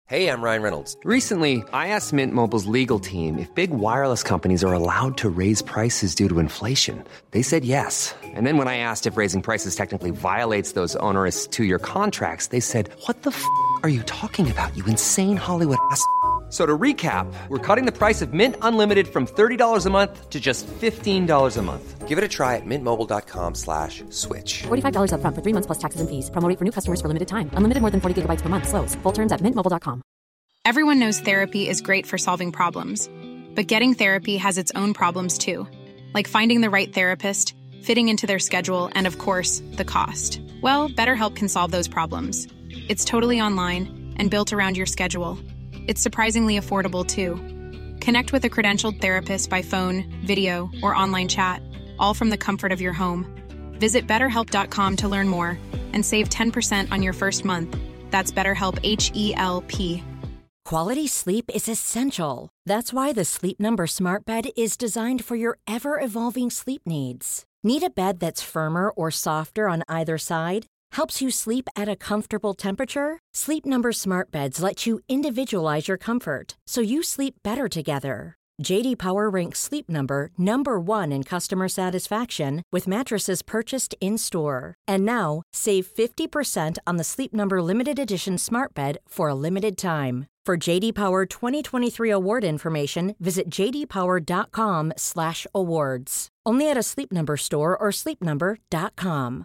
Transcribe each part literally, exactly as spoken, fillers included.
Hey, I'm Ryan Reynolds. Recently, I asked Mint Mobile's legal team if big wireless companies are allowed to raise prices due to inflation. They said yes. And then when I asked if raising prices technically violates those onerous two-year contracts, they said, what the f*** are you talking about, you insane Hollywood ass f- So to recap, we're cutting the price of Mint Unlimited from thirty dollars a month to just fifteen dollars a month. Give it a try at mintmobile.com slash switch. forty-five dollars up front for three months plus taxes and fees. Promo rate for new customers for limited time. Unlimited more than forty gigabytes per month. Slows full terms at mint mobile dot com. Everyone knows therapy is great for solving problems. But getting therapy has its own problems too. Like finding the right therapist, fitting into their schedule, and of course, the cost. Well, BetterHelp can solve those problems. It's totally online and built around your schedule. It's surprisingly affordable, too. Connect with a credentialed therapist by phone, video, or online chat, all from the comfort of your home. Visit better help dot com to learn more and save ten percent on your first month. That's BetterHelp, H E L P. Quality sleep is essential. That's why the Sleep Number Smart Bed is designed for your ever-evolving sleep needs. Need a bed that's firmer or softer on either side? Helps you sleep at a comfortable temperature? Sleep Number Smart Beds let you individualize your comfort, so you sleep better together. J D Power ranks Sleep Number number one in customer satisfaction with mattresses purchased in-store. And now, save fifty percent on the Sleep Number Limited Edition Smart Bed for a limited time. For J D Power twenty twenty-three award information, visit j d power dot com slash awards. Only at a Sleep Number store or sleep number dot com.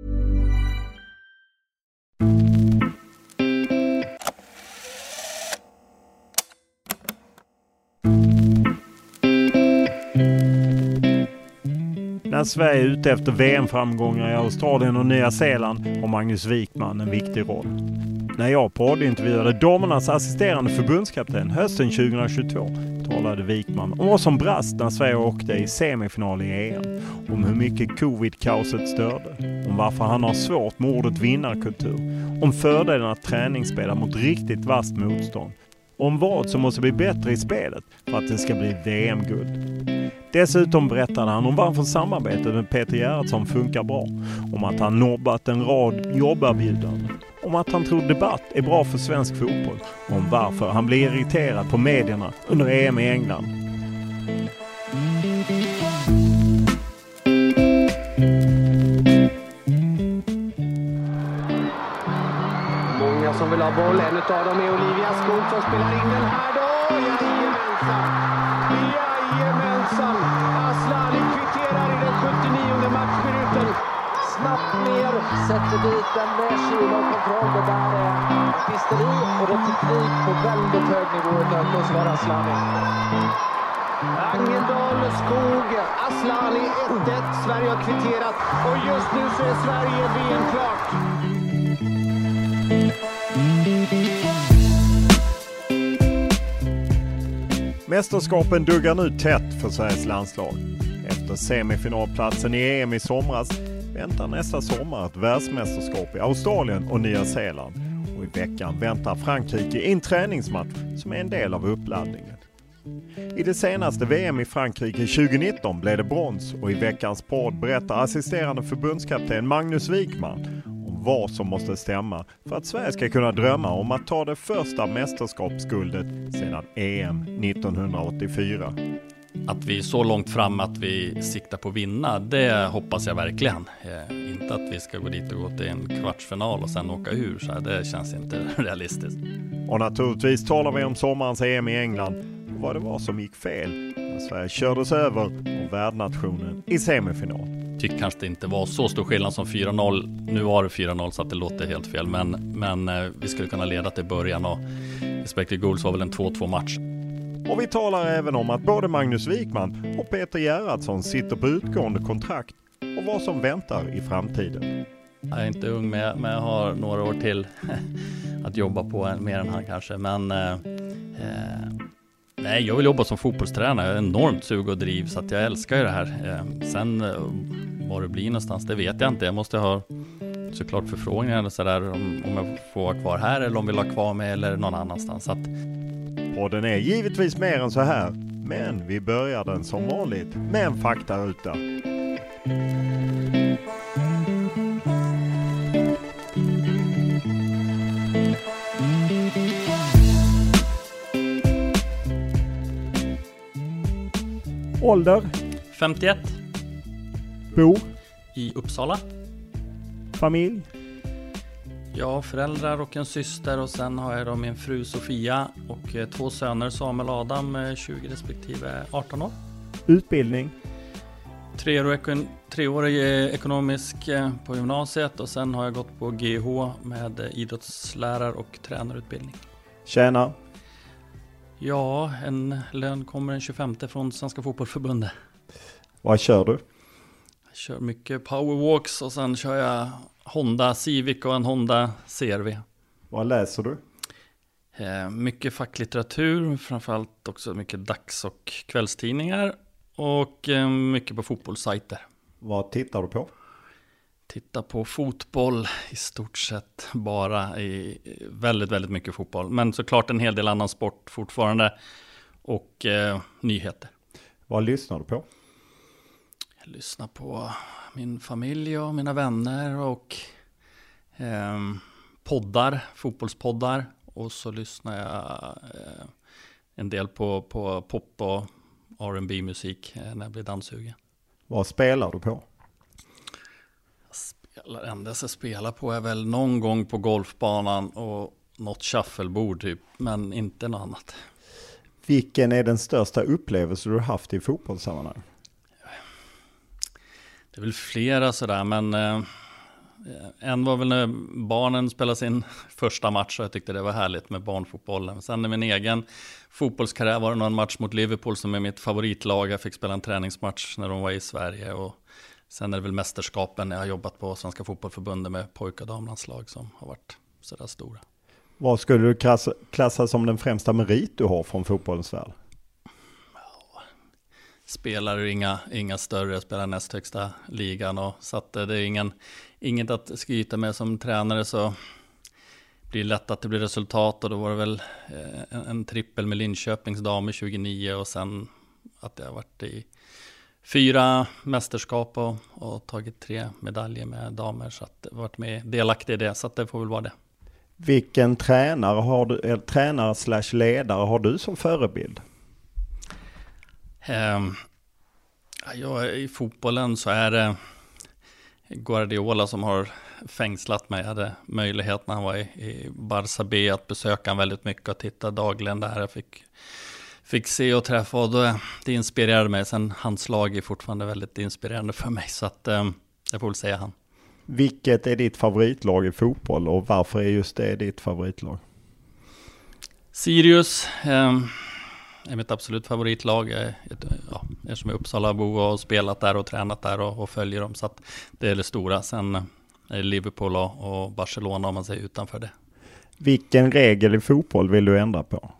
När Sverige är ute efter V M-framgångar i Australien och Nya Zeeland har Magnus Wikman en viktig roll. När jag poddintervjuade damernas assisterande förbundskapten hösten tjugohundratjugotvå talade Wikman om vad som brast när Sverige åkte i semifinal i E M, om hur mycket covid-kaoset störde, om varför han har svårt med ordet vinnarkultur, om fördelen att träningsspela mot riktigt vast motstånd, om vad som måste bli bättre i spelet för att det ska bli V M-guld. Dessutom berättade han om varför samarbetet med Peter Gerhardsson funkar bra, om att han nobbat en rad jobberbjudanden, om att han tror debatt är bra för svensk fotboll och om varför han blir irriterad på medierna under E M i England. Många som vill ha boll, en av dem är Olivia Skog som spelar in den här då. Jajamensan! Jajamensan! Asllani kvitterar i den sjuttionionde matchminuten. Snabbt ner, sätter dit den med kyla och kontroll. Det där är pisteri och det är teknik på väldigt hög nivå av Osvar Asllani. Angendal, Skog, Asllani ett ett. Sverige har kvitterat och just nu så är Sverige V M-klart. Mästerskapen duggar nu tätt för Sveriges landslag. Efter semifinalplatsen i E M i somras väntar nästa sommar ett världsmästerskap i Australien och Nya Zeeland. Och i veckan väntar Frankrike i en träningsmatch som är en del av uppladdningen. I det senaste V M i Frankrike tjugonitton blev det brons och i veckans podd berättar assisterande förbundskapten Magnus Wikman om vad som måste stämma för att Sverige ska kunna drömma om att ta det första mästerskapsguldet sedan E M nittonhundraåttiofyra. Att vi är så långt fram att vi siktar på att vinna, det hoppas jag verkligen. Eh, inte att vi ska gå dit och gå till en kvartsfinal och sen åka ur, så här, det känns inte realistiskt. Och naturligtvis talar vi om sommarens E M i England och vad det var som gick fel när Sverige kördes över av värdnationen i semifinal. Tycker kanske det inte var så stor skillnad som fyra noll. Nu var det fyra noll så att det låter helt fel. Men, men eh, vi skulle kunna leda till början och Respective Goals var väl en två två match. Och vi talar även om att både Magnus Wikman och Peter Gerhardsson sitter på utgående kontrakt och vad som väntar i framtiden. Jag är inte ung men, men jag har några år till att jobba på mer än han kanske. Men eh, eh, nej, jag vill jobba som fotbollstränare. Jag är enormt sug och driv så att jag älskar ju det här. Eh, sen eh, var det blir någonstans, det vet jag inte. Jag måste ha såklart förfrågningar eller sådär om, om jag får vara kvar här eller om jag vill ha kvar mig eller någon annanstans. Så att podden är givetvis mer än så här, men vi börjar den som vanligt med en faktaruta. Ålder? femtioett. Bo? I Uppsala. Familj? Jag har föräldrar och en syster och sen har jag då min fru Sofia och eh, två söner, Samuel och Adam, eh, tjugo respektive arton år. Utbildning? Treårig, treårig eh, ekonomisk eh, på gymnasiet och sen har jag gått på G H med eh, idrottslärar- och tränarutbildning. Tjänar? Ja, en lön kommer den tjugofemte från Svenska Fotbollförbundet. Vad kör du? Jag kör mycket powerwalks och sen kör jag Honda Civic och en Honda C R V. Vad läser du? Eh, mycket facklitteratur, framförallt också mycket dags- och kvällstidningar och eh, mycket på fotbollssajter. Vad tittar du på? Titta på fotboll i stort sett bara i väldigt, väldigt mycket fotboll. Men såklart en hel del annan sport fortfarande och eh, nyheter. Vad lyssnar du på? Jag lyssnar på min familj och mina vänner och eh, poddar, fotbollspoddar. Och så lyssnar jag eh, en del på, på pop och R and B-musik eh, när jag blir danssugen. Vad spelar du på? Jag spelar, ändas jag spelar på är väl någon gång på golfbanan och något shuffleboard typ, men inte något annat. Vilken är den största upplevelse du har haft i fotbollssammanhang? Det är väl flera sådär, men eh, en var väl när barnen spelade sin första match och jag tyckte det var härligt med barnfotbollen. Sen i min egen fotbollskarriär var det någon match mot Liverpool som är mitt favoritlag. Jag fick spela en träningsmatch när de var i Sverige och sen är det väl mästerskapen när jag har jobbat på Svenska Fotbollförbundet med pojk- och damlandslag som har varit sådär stora. Vad skulle du klassa, klassa som den främsta merit du har från fotbollens värld? Spelar ju inga, inga större, jag spelar näst högsta ligan och så att det är ingen, inget att skryta med som tränare, så blir det lätt att det blir resultat och då var det väl en, en trippel med Linköpings damer tjugonio och sen att jag har varit i fyra mästerskap och, och tagit tre medaljer med damer, så att jag har varit med delaktig i det, så att det får väl vara det. Vilken tränare har du, eller tränare slash ledare har du som förebild? Um, ja, i fotbollen så är det Guardiola som har fängslat mig. Jag hade möjlighet när han var i, i Barça B att besöka han väldigt mycket och titta dagligen där. Jag fick, fick se och träffa och då, det inspirerade mig. Sen hans lag är fortfarande väldigt inspirerande för mig, så att um, jag får väl säga han. Vilket är ditt favoritlag i fotboll och varför är just det ditt favoritlag? Sirius um, är mitt absolut favoritlag. Jag är, ja, eftersom jag är Uppsalabo och har spelat där och tränat där och, och följer dem, så att det är det stora. Sen är det Liverpool och, och Barcelona om man säger utanför det. Vilken regel i fotboll vill du ändra på?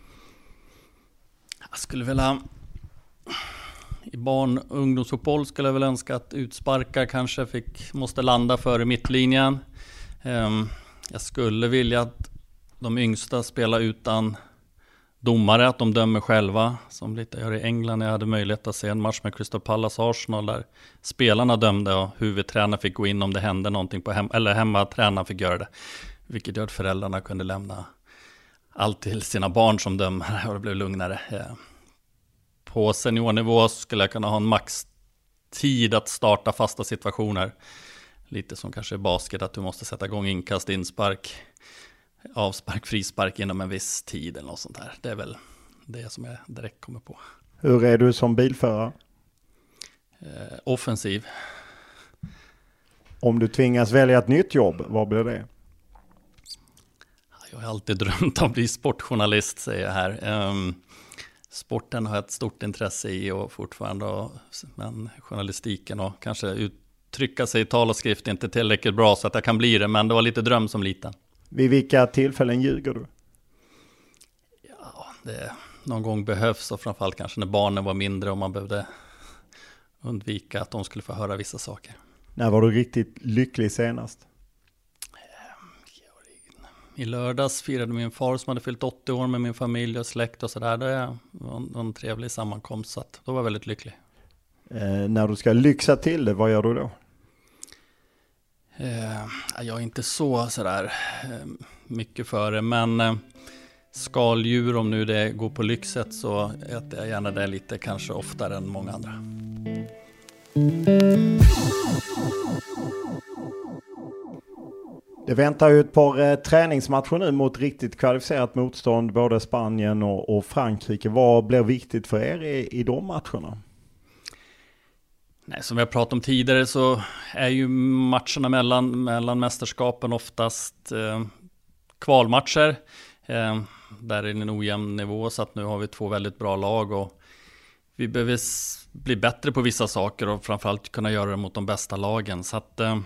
Jag skulle vilja i barn- och ungdomsfotboll skulle jag väl önska att utsparkar kanske fick, måste landa före mittlinjen. Um, jag skulle vilja att de yngsta spelar utan domare, att de dömer själva, som lite gör i England. Jag hade möjlighet att se en match med Crystal Palace Arsenal där spelarna dömde och huvudtränaren fick gå in om det hände någonting på hem, eller hemmatränaren fick göra det, vilket gör att föräldrarna kunde lämna allt till sina barn som dömare och det blev lugnare. På seniornivå skulle jag kunna ha en maxtid att starta fasta situationer, lite som kanske i basket, att du måste sätta igång inkast, inspark, avspark, frispark inom en viss tid eller något sånt där. Det är väl det som jag direkt kommer på. Hur är du som bilförare? Eh, offensiv. Om du tvingas välja ett nytt jobb, vad blir det? Jag har alltid drömt om att bli sportjournalist, säger jag här. Um, sporten har jag ett stort intresse i och fortfarande, och, men journalistiken och kanske uttrycka sig i tal och skrift är inte tillräckligt bra så att jag kan bli det, men det var lite dröm som liten. Vid vilka tillfällen ljuger du? Ja, det någon gång behövs, och framförallt kanske när barnen var mindre och man behövde undvika att de skulle få höra vissa saker. När var du riktigt lycklig senast? I lördags firade min far som hade fyllt åttio år med min familj och släkt och sådär. Det var en, en trevlig sammankomst, så att då var jag väldigt lycklig. Eh, när du ska lyxa till det, vad gör du då? Eh, jag är inte så sådär eh, mycket för det, men eh, skaldjur, om nu det går på lyxet, så äter jag gärna det lite kanske oftare än många andra. Det väntar ju ett par eh, träningsmatcher nu mot riktigt kvalificerat motstånd, både Spanien och, och Frankrike. Vad blir viktigt för er i, i de matcherna? Nej, som vi har pratat om tidigare så är ju matcherna mellan, mellan mästerskapen oftast eh, kvalmatcher. Eh, där är det en ojämn nivå, så att nu har vi två väldigt bra lag och vi behöver s- bli bättre på vissa saker och framförallt kunna göra det mot de bästa lagen. Så att eh,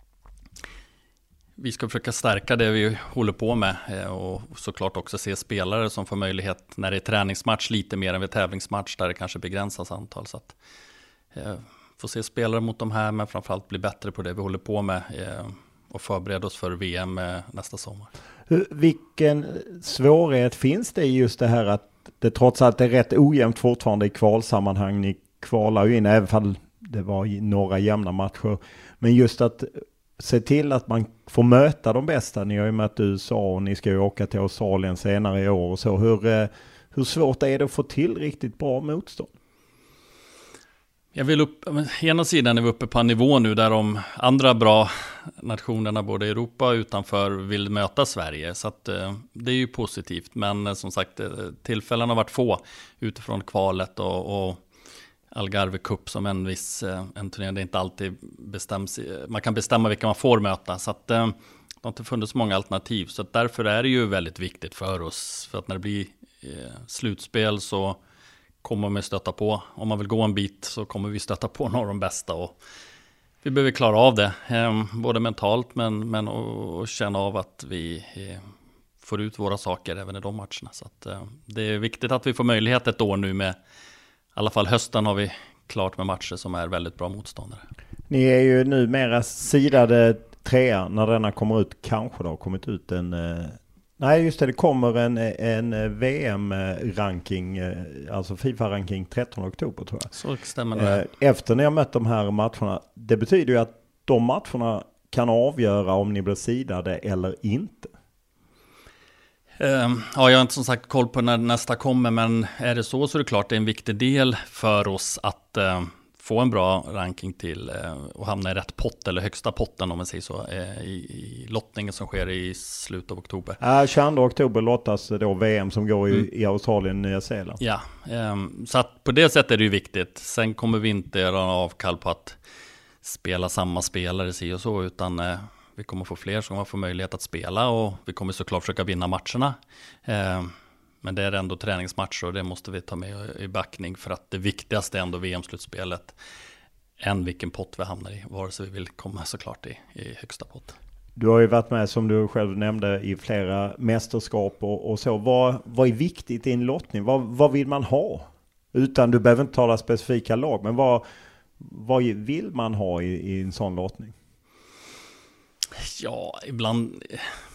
vi ska försöka stärka det vi håller på med eh, och såklart också se spelare som får möjlighet när det är träningsmatch lite mer än vid tävlingsmatch där det kanske begränsas antal. Så att eh, få se spelare mot de här, men framförallt bli bättre på det vi håller på med eh, och förbereda oss för V M eh, nästa sommar. Hur, vilken svårighet finns det i just det här att det trots allt är rätt ojämnt fortfarande i kvalsammanhang? Ni kvalar ju in, även fall det var i några jämna matcher. Men just att se till att man får möta de bästa. Ni har ju mött U S A och ni ska ju åka till Australien senare i år och så. Hur, hur svårt är det att få till riktigt bra motstånd? Jag vill upp, ena sidan är vi uppe på en nivå nu där de andra bra nationerna både i Europa och utanför vill möta Sverige. Så att, eh, det är ju positivt. Men eh, som sagt, eh, tillfällen har varit få utifrån kvalet och, och Algarve Cup som en viss eh, en turnering. Det är inte alltid bestäms, man kan bestämma vilka man får möta. Så att, eh, det har inte funnits många alternativ. Så att därför är det ju väldigt viktigt för oss. För att när det blir eh, slutspel så kommer man stöta på. Om man vill gå en bit så kommer vi stöta på några av de bästa. Och vi behöver klara av det. Eh, både mentalt men, men och, och känna av att vi eh, får ut våra saker även i de matcherna. Så att, eh, det är viktigt att vi får möjlighet ett år nu med, i alla fall hösten har vi klart med matcher som är väldigt bra motståndare. Ni är ju numera sidade trea när denna kommer ut. Kanske det har kommit ut en... Eh, nej just det, det kommer en, en V M-ranking, alltså FIFA-ranking trettonde oktober tror jag. Så stämmer det. Efter ni har mött de här matcherna, det betyder ju att de matcherna kan avgöra om ni blir sidade eller inte. Uh, ja, jag har inte som sagt koll på när nästa kommer, men är det så så är det klart det är en viktig del för oss att uh, få en bra ranking till uh, och hamna i rätt pott eller högsta potten om man säger så uh, i, i lottningen som sker i slutet av oktober. Ja, tjugoandra oktober lottas då V M som går i, mm. i Australien och Nya Zeeland. Ja, um, så att på det sättet är det ju viktigt. Sen kommer vi inte göra avkall på att spela samma spelare si och så, utan uh, vi kommer få fler som får möjlighet att spela och vi kommer såklart försöka vinna matcherna. Eh, men det är ändå träningsmatcher och det måste vi ta med i backning för att det viktigaste är ändå V M-slutspelet än vilken pott vi hamnar i, vare sig vi vill komma såklart i, i högsta pott. Du har ju varit med som du själv nämnde i flera mästerskap och, och så. Vad, vad är viktigt i en lottning? Vad, vad vill man ha? Utan du behöver inte tala specifika lag, men vad, vad vill man ha i, i en sån lottning? Ja, ibland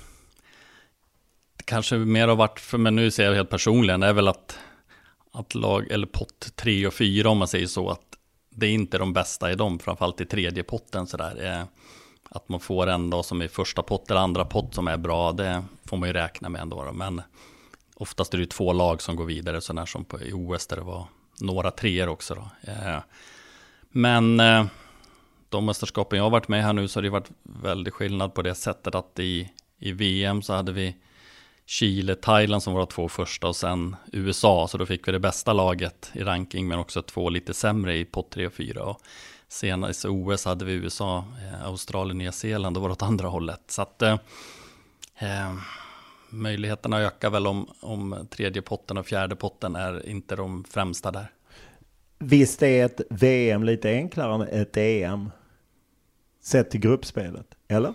det kanske mer har varit för mig, nu ser jag helt personligen, är väl att, att lag eller pott tre och fyra om man säger så, att det är inte de bästa i dem, framförallt i tredje potten sådär. Att man får en då som är första pott eller andra pott som är bra, det får man ju räkna med ändå. Men oftast är det ju två lag som går vidare, sådär som på, i O S där det var några treor också då. Men de mästerskapen jag har varit med här nu så har det varit väldigt skillnad på det sättet att i, i V M så hade vi Chile, Thailand som var två första och sen U S A, så då fick vi det bästa laget i ranking men också två lite sämre i pott tre och fyra. Och senast i O S hade vi U S A, Australien, Nya Zeeland och var åt andra hållet. Så att eh, möjligheterna ökar väl om, om tredje potten och fjärde potten är inte de främsta där. Visst är ett V M lite enklare än ett E M sett till gruppspelet, eller?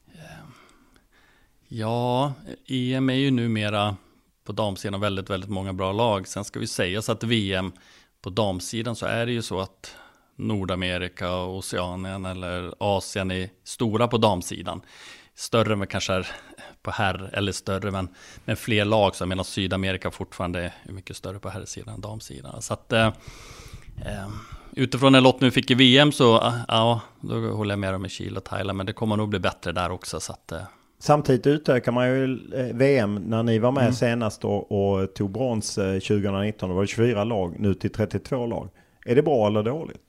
Ja, E M är ju numera på damsidan väldigt, väldigt många bra lag. Sen ska vi säga så att V M på damsidan så är det ju så att Nordamerika och Oceanien eller Asien är stora på damsidan. Större men kanske är på herr eller större men, men fler lag, så jag menar Sydamerika fortfarande är mycket större på herrsidan än damsidan. Så att eh, utifrån en lott nu fick i V M så ja, då håller jag med om Chile och Thailand, men det kommer nog bli bättre där också, så att eh, Samtidigt utökar man ju V M när ni var med mm. senast och, och tog brons tjugonitton. Då var det tjugofyra lag, nu till trettiotvå lag. Är det bra eller dåligt?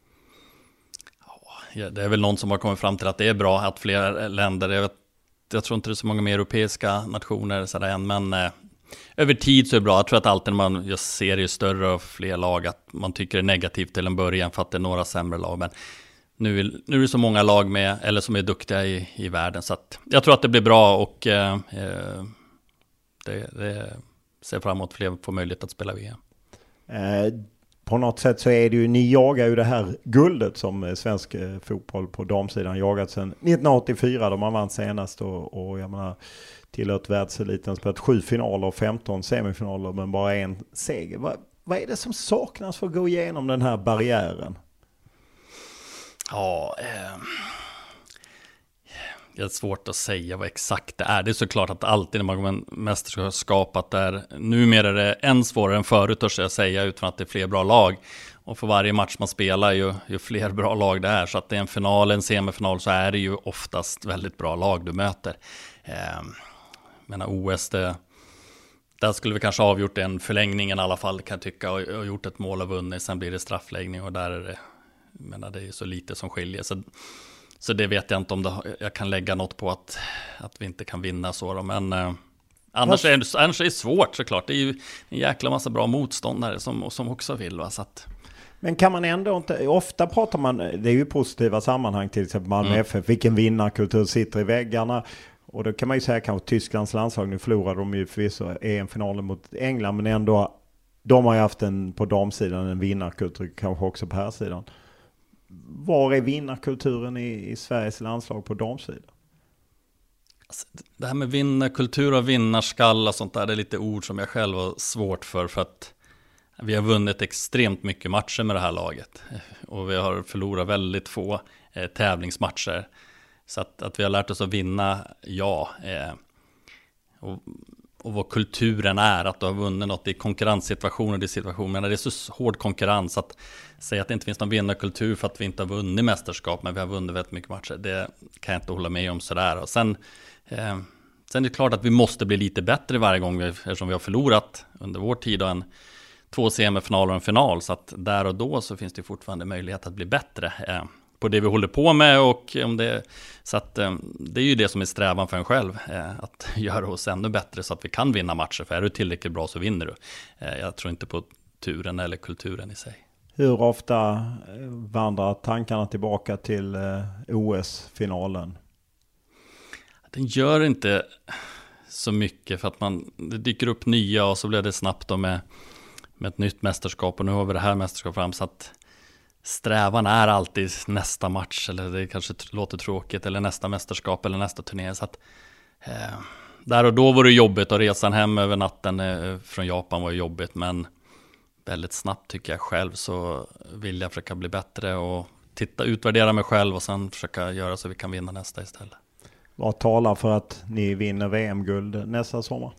Ja, det är väl någon som har kommit fram till att det är bra att fler länder, jag, vet, jag tror inte det är så många mer europeiska nationer sådär än, men eh, över tid så är det bra. Jag tror att alltid när man just ser ju större och fler lag att man tycker det är negativt till en början för att det är några sämre lag, men nu är, nu är det så många lag med, eller som är duktiga i, i världen, så att jag tror att det blir bra och eh, det, det ser fram emot fler får möjlighet att spela V M. Eh, på något sätt så är det ju, ni jagar ju det här guldet som svensk eh, fotboll på damsidan jagat sedan nittonhundraåttiofyra då man vann senast och, och jag menar tillhört världseliten, spelat sju finaler och femton semifinaler men bara en seger. Va, vad är det som saknas för att gå igenom den här barriären? Ja, eh, det är svårt att säga vad exakt det är. Det är såklart att alltid när man går en mästerskap att det är, numera är det än svårare än förut att säga utifrån att det är fler bra lag. Och för varje match man spelar ju, ju fler bra lag det är. Så att det är en final, en semifinal så är det ju oftast väldigt bra lag du möter. Eh, menar O S, det, där skulle vi kanske avgjort en förlängning i alla fall kan jag tycka och, och gjort ett mål och vunnit. Sen blir det straffläggning och där är det, menar, det är så lite som skiljer. Så, så det vet jag inte om det, jag kan lägga något på att, att vi inte kan vinna så då. Men eh, annars, är det, annars är det svårt såklart. Det är ju en jäkla massa bra motståndare som, som också vill. Va? Så att, men kan man ändå inte, ofta pratar man, det är ju positiva sammanhang till exempel Malmö mm. F F, vilken vinnarkultur sitter i väggarna. Och då kan man ju säga kanske Tysklands landslag, nu förlorade de ju förvisso E M-finalen mot England, men ändå, de har ju haft en på damsidan en vinnarkultur, kanske också på här sidan. Var är vinnarkulturen i, i Sveriges landslag på damsidan? Alltså, det här med vinnarkultur och vinnarskall och sånt där, det är lite ord som jag själv har svårt för, för att vi har vunnit extremt mycket matcher med det här laget och vi har förlorat väldigt få eh, tävlingsmatcher. Så att, att vi har lärt oss att vinna, ja. Eh, och, och vad kulturen är, att du har vunnit något i konkurrenssituationer, i situationer. Men det är så hård konkurrens att säga att det inte finns någon vinnarkultur för att vi inte har vunnit mästerskap, men vi har vunnit väldigt mycket matcher. Det kan jag inte hålla med om sådär. Och sen, eh, sen är det klart att vi måste bli lite bättre varje gång vi, eftersom vi har förlorat under vår tid och en två semifinaler och en final. Så att där och då så finns det fortfarande möjlighet att bli bättre. Eh, på det vi håller på med och om det, så att eh, det är ju det som är strävan för en själv, eh, att göra oss ännu bättre så att vi kan vinna matcher, för är du tillräckligt bra så vinner du. Eh, jag tror inte på turen eller kulturen i sig. Hur ofta vandrar tankarna tillbaka till eh, O S-finalen? Den gör inte så mycket för att man, det dyker upp nya och så blir det snabbt då med, med ett nytt mästerskap och nu har vi det här mästerskapet fram, så att strävan är alltid nästa match, eller det kanske låter tråkigt, eller nästa mästerskap eller nästa turné. Så att, eh, där och då var det jobbigt, och resan hem över natten eh, från Japan var jobbigt, men väldigt snabbt tycker jag själv så vill jag försöka bli bättre och titta, utvärdera mig själv och sen försöka göra så vi kan vinna nästa istället. Vad talar för att ni vinner V M-guld nästa sommar?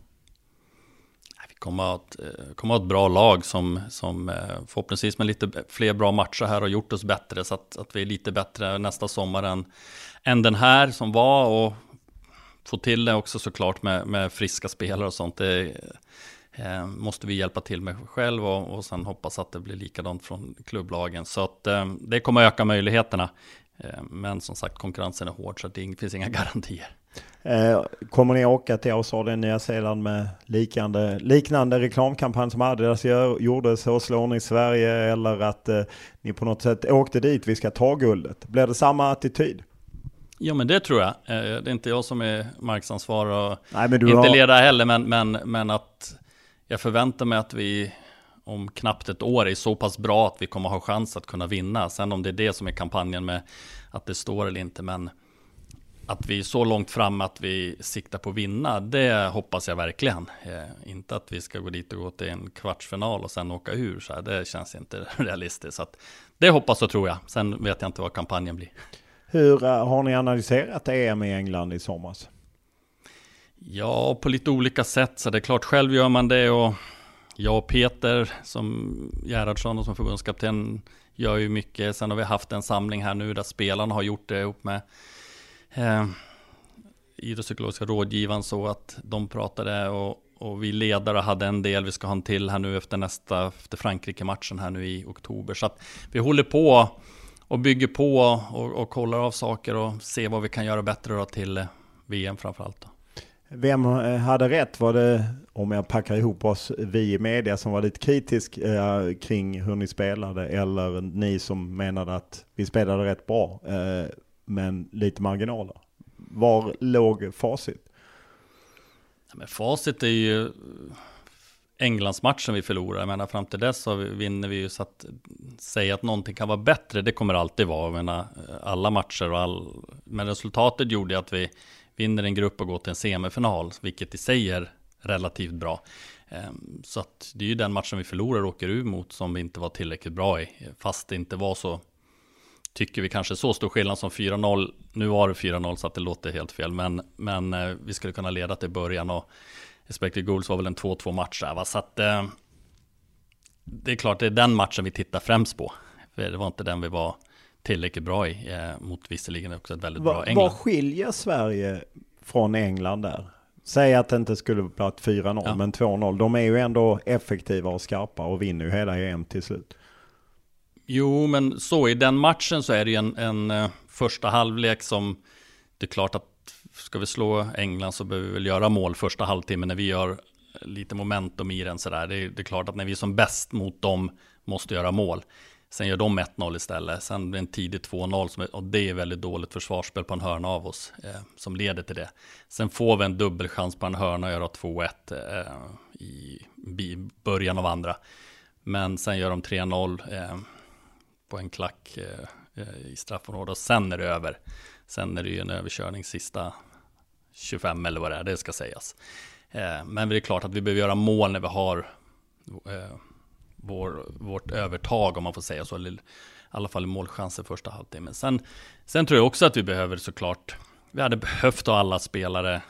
Vi kommer att kommer att ha ett bra lag som, som förhoppningsvis med lite fler bra matcher här har gjort oss bättre, så att, att vi är lite bättre nästa sommar än, än den här som var, och få till det också såklart med, med friska spelare och sånt. Det eh, måste vi hjälpa till med själv och, och sen hoppas att det blir likadant från klubblagen. Så att eh, det kommer öka möjligheterna. Eh, men som sagt, konkurrensen är hård så att det finns inga garantier. Eh, kommer ni åka till Australien, Nya Zeeland med liknande, liknande reklamkampanj som Adidas gjorde, så slår ni Sverige, eller att eh, ni på något sätt åkte dit, vi ska ta guldet? Blir det samma attityd? Ja, men det tror jag. Det är inte jag som är marknadsansvar och Nej, men du inte har... ledare heller, men, men, men att jag förväntar mig att vi om knappt ett år är så pass bra att vi kommer ha chans att kunna vinna. Sen om det är det som är kampanjen med att det står eller inte, men att vi är så långt fram att vi siktar på att vinna, det hoppas jag verkligen. Eh, inte att vi ska gå dit och gå till en kvartsfinal och sen åka ur. Så här, det känns inte realistiskt. Så att det hoppas och tror jag. Sen vet jag inte vad kampanjen blir. Hur uh, har ni analyserat E M i England i somras? Ja, på lite olika sätt. Så det är klart, själv gör man det, och jag och Peter som Gerhardsson och som förbundskapten gör ju mycket. Sen har vi haft en samling här nu där spelarna har gjort det ihop med eh, idrottspsykologiska rådgivaren så att de pratade och, och vi ledare hade en del, vi ska ha en till här nu efter nästa, efter Frankrike-matchen här nu i oktober. Så att vi håller på och bygger på och, och kollar av saker och ser vad vi kan göra bättre då till V M framförallt då. Vem hade rätt? Var det, om jag packar ihop oss, vi i media som var lite kritisk eh, kring hur ni spelade, eller ni som menade att vi spelade rätt bra eh, men lite marginaler? Var låg facit? Ja, men facit är ju Englandsmatchen vi förlorar. Jag menar, fram till dess så vinner vi ju, så att säga att någonting kan vara bättre, det kommer alltid vara. Jag menar, alla matcher och all... Men resultatet gjorde att vi vinner en grupp och går till en semifinal, vilket i sig är relativt bra. Så att det är ju den matchen vi förlorar och åker ur mot som vi inte var tillräckligt bra i. Fast det inte var så, tycker vi kanske så stor skillnad som fyra noll. Nu var det fyra noll så att det låter helt fel. Men, men vi skulle kunna leda till början och Expected Goals var väl en två två match där, va? Så att eh, det är klart det är den matchen vi tittar främst på. För det var inte den vi var tillräckligt bra i eh, mot visserligen också ett väldigt Va, bra England. Vad skiljer Sverige från England där? Säg att det inte skulle bli ett fyra noll, ja. Men två noll. De är ju ändå effektiva och skarpa och vinner ju hela E M till slut. Jo, men så i den matchen så är det ju en, en uh, första halvlek som det är klart att ska vi slå England så behöver vi väl göra mål första halvtimmen när vi gör lite momentum i den sådär. Det är, det är klart att när vi är som bäst mot dem måste göra mål. Sen gör de ett noll istället. Sen blir det en tidig två noll som är, och det är väldigt dåligt försvarsspel på en hörna av oss eh, som leder till det. Sen får vi en dubbelchans på en hörna och göra två ett eh, i, i början av andra. Men sen gör de tre noll eh, på en klack eh, i straffområdet och sen är det över. Sen är det ju en överkörning sista tjugofem eller vad det är, det ska sägas. Eh, men det är klart att vi behöver göra mål när vi har eh, vår, vårt övertag, om man får säga så. Eller i alla fall målchanser första halvtimmen. Sen, sen tror jag också att vi behöver såklart, vi hade behövt ha alla spelare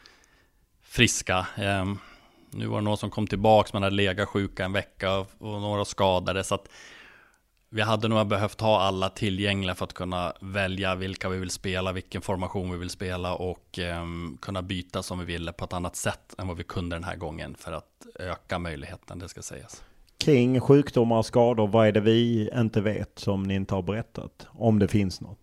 friska. Eh, nu var det någon som kom tillbaka, man hade legat sjuka en vecka och, och några skadade, så att vi hade nog behövt ha alla tillgängliga för att kunna välja vilka vi vill spela, vilken formation vi vill spela och eh, kunna byta som vi ville på ett annat sätt än vad vi kunde den här gången för att öka möjligheten, det ska sägas. Kring sjukdomar och skador, vad är det vi inte vet som ni inte har berättat? Om det finns något?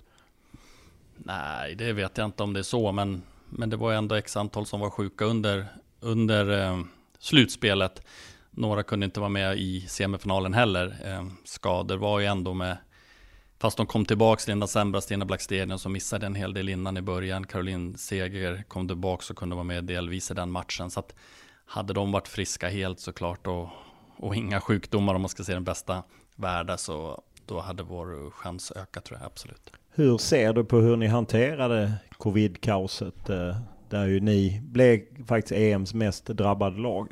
Nej, det vet jag inte om det är så, men, men det var ändå x antal som var sjuka under, under eh, slutspelet. Några kunde inte vara med i semifinalen heller. Eh, skador var ju ändå med. Fast de kom tillbaka, Linda Sembra, Stina Blackstenius, som missade en hel del innan i början. Caroline Seger kom tillbaka och kunde vara med delvis i den matchen. Så att hade de varit friska helt såklart och, och inga sjukdomar, om man ska se den bästa världen, så då hade vår chans ökat, tror jag absolut. Hur ser du på hur ni hanterade covid-kaoset? Där ju ni blev faktiskt E M:s mest drabbade lag.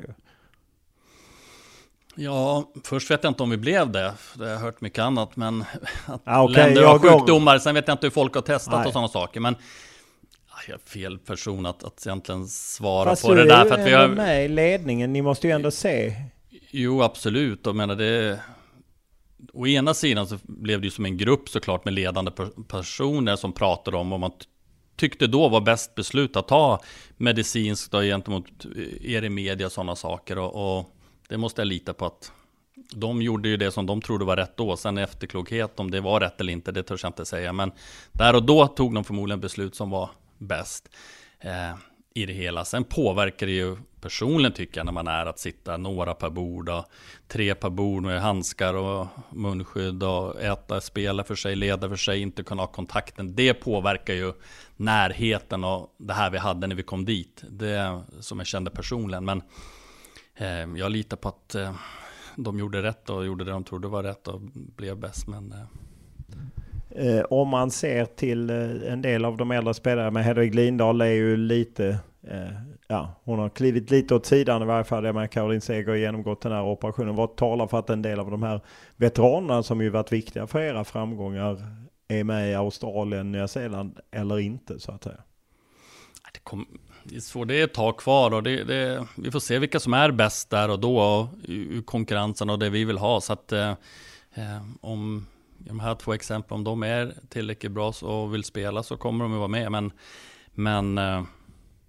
Ja, först vet jag inte om vi blev det. Det har jag hört mycket annat. Men att ah, okay, länder har går... sjukdomar. Sen vet jag inte hur folk har testat Nej. och sådana saker. Men jag är fel person att, att egentligen svara Fast på det där. För att vi har med i ledningen. Ni måste ju ändå se. Jo, absolut. Och menar det... Å ena sidan så blev det ju som en grupp såklart med ledande personer som pratade om vad man tyckte då var bäst beslut att ta medicinskt då, gentemot er i media och sådana saker. Och, och det måste jag lita på att de gjorde ju det som de trodde var rätt då. Sen efterklokhet, om det var rätt eller inte, det törs jag inte säga. Men där och då tog de förmodligen beslut som var bäst eh, i det hela. Sen påverkar det ju personligen, tycker jag, när man är att sitta några per bord och tre per bord med handskar och munskydd och äta, spela för sig, leda för sig, inte kunna ha kontakten. Det påverkar ju närheten och det här vi hade när vi kom dit. Det som jag kände personligen. Men eh, jag litar på att eh, de gjorde rätt och gjorde det de trodde var rätt och blev bäst. Men... Eh. Eh, om man ser till eh, en del av de äldre spelare, men Hedvig Lindahl är ju lite, eh, ja, hon har klivit lite åt sidan i varje fall, det med Caroline Seger och genomgått den här operationen. Vad talar för att en del av de här veteranerna som ju varit viktiga för era framgångar är med i Australien, Nya Zeeland eller inte, så att säga? Det, kom, det är svårt, det är ett tag kvar och det, det, vi får se vilka som är bäst där och då och, ur konkurrensen och det vi vill ha. Så att eh, om de här två exempel, om de är tillräckligt bra och vill spela så kommer de att vara med. Men, men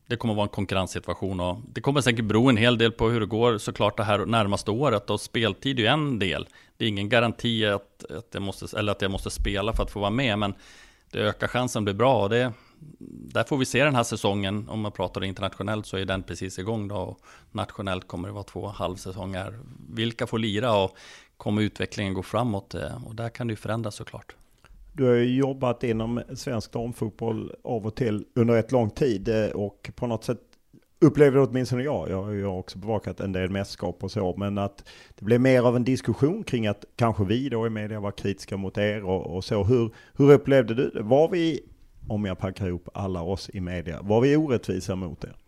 det kommer vara en konkurrenssituation och det kommer säkert bero en hel del på hur det går såklart det här närmaste året, och speltid är ju en del. Det är ingen garanti att, att, jag måste, eller att jag måste spela för att få vara med, men det ökar chansen blir bra, och det, där får vi se den här säsongen. Om man pratar internationellt så är den precis igång då, och nationellt kommer det vara två halvsäsonger. Vilka får lira och kommer utvecklingen gå framåt, och där kan det ju förändras såklart. Du har ju jobbat inom svensk damfotboll av och till under ett lång tid, och på något sätt upplever det åtminstone jag, jag har ju också bevakat en del mästerskap och så, men att det blev mer av en diskussion kring att kanske vi då i media var kritiska mot er och, och så. Hur, hur upplevde du det? Var vi, om jag packar ihop alla oss i media, var vi orättvisa mot er?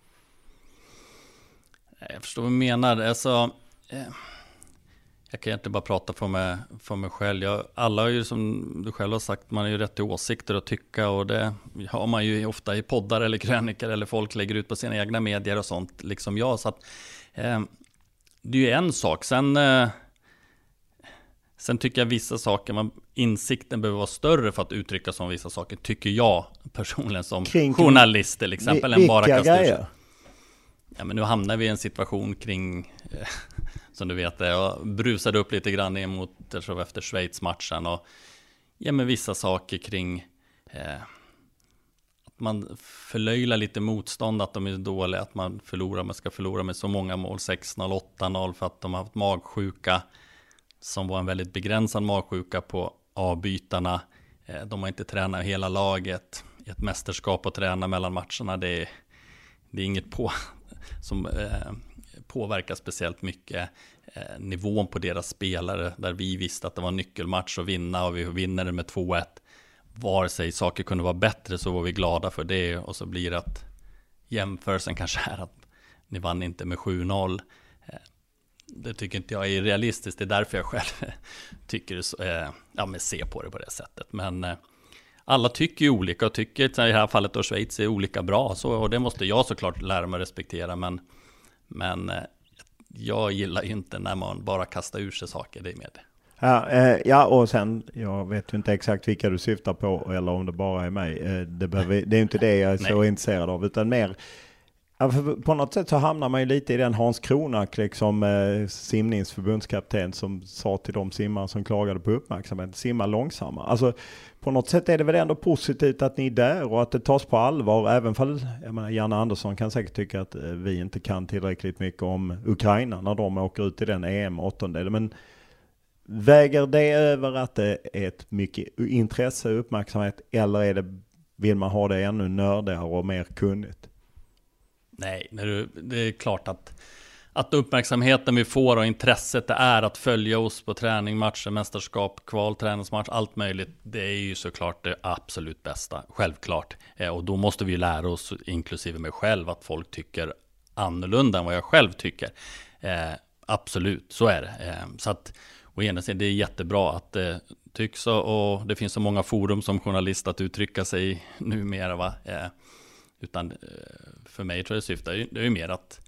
Jag förstår vad du menar. Alltså, eh, jag kan inte bara prata för mig, för mig själv. Jag, alla är ju, som du själv har sagt, man har ju rätt till åsikter att tycka, och det har man ju ofta i poddar eller krönikor, eller folk lägger ut på sina egna medier och sånt, liksom jag. Så att, eh, det är ju en sak. Sen, eh, sen tycker jag vissa saker, man, insikten behöver vara större för att uttrycka som vissa saker, tycker jag personligen som kring, journalist till exempel. Vi, än bara vilka grejer? Ja, men nu hamnar vi i en situation kring, eh, som du vet, jag brusade upp lite grann emot efter Schweiz-matchen, och ja, men vissa saker kring eh, att man förlöjlar lite motstånd, att de är dåliga, att man förlorar, man ska förlora med så många mål, sex noll, åtta noll, för att de har haft magsjuka, som var en väldigt begränsad magsjuka på avbytarna. Eh, de har inte tränat hela laget, ett mästerskap att träna mellan matcherna, det är, det är inget på som eh, påverkar speciellt mycket eh, nivån på deras spelare, där vi visste att det var en nyckelmatch att vinna, och vi vinner det med två ett. Vare sig saker kunde vara bättre så var vi glada för det, och så blir det att jämförelsen kanske är att ni vann inte med sju noll. Eh, det tycker inte jag är realistiskt, det är därför jag själv tycker eh, ja, men se på det på det sättet. Men eh, alla tycker ju olika, och tycker i det här fallet då Schweiz är olika bra, så, och det måste jag såklart lära mig respektera, men, men jag gillar ju inte när man bara kastar ur sig saker, det är med det. Ja, eh, ja, och sen, jag vet ju inte exakt vilka du syftar på, eller om det bara är mig. Eh, det, behöver, det är inte det jag är så intresserad av, utan mer, ja, på något sätt så hamnar man ju lite i den Hans Kronak, liksom eh, simningsförbundskapten, som sa till de simmare som klagade på uppmärksamhet, simma långsammare. Alltså på något sätt är det väl ändå positivt att ni är där och att det tas på allvar, även fall, jag menar, Janne Andersson kan säkert tycka att vi inte kan tillräckligt mycket om Ukraina när de åker ut i den E M-åttondelen, men väger det över att det är ett mycket intresse och uppmärksamhet, eller är det, vill man ha det ännu nördigare och mer kunnigt? Nej, det är klart att, att uppmärksamheten vi får och intresset det är att följa oss på träning, matcher, mästerskap, kval, träningsmatch, allt möjligt. Det är ju såklart det absolut bästa, självklart. Eh, och då måste vi lära oss, inklusive mig själv, att folk tycker annorlunda än vad jag själv tycker. Eh, absolut, så är det. Eh, så att, och ena sidan, det är jättebra att det eh, tycks, och det finns så många forum som journalist att uttrycka sig numera, va? Eh, utan för mig tror jag det syftar, det är ju mer att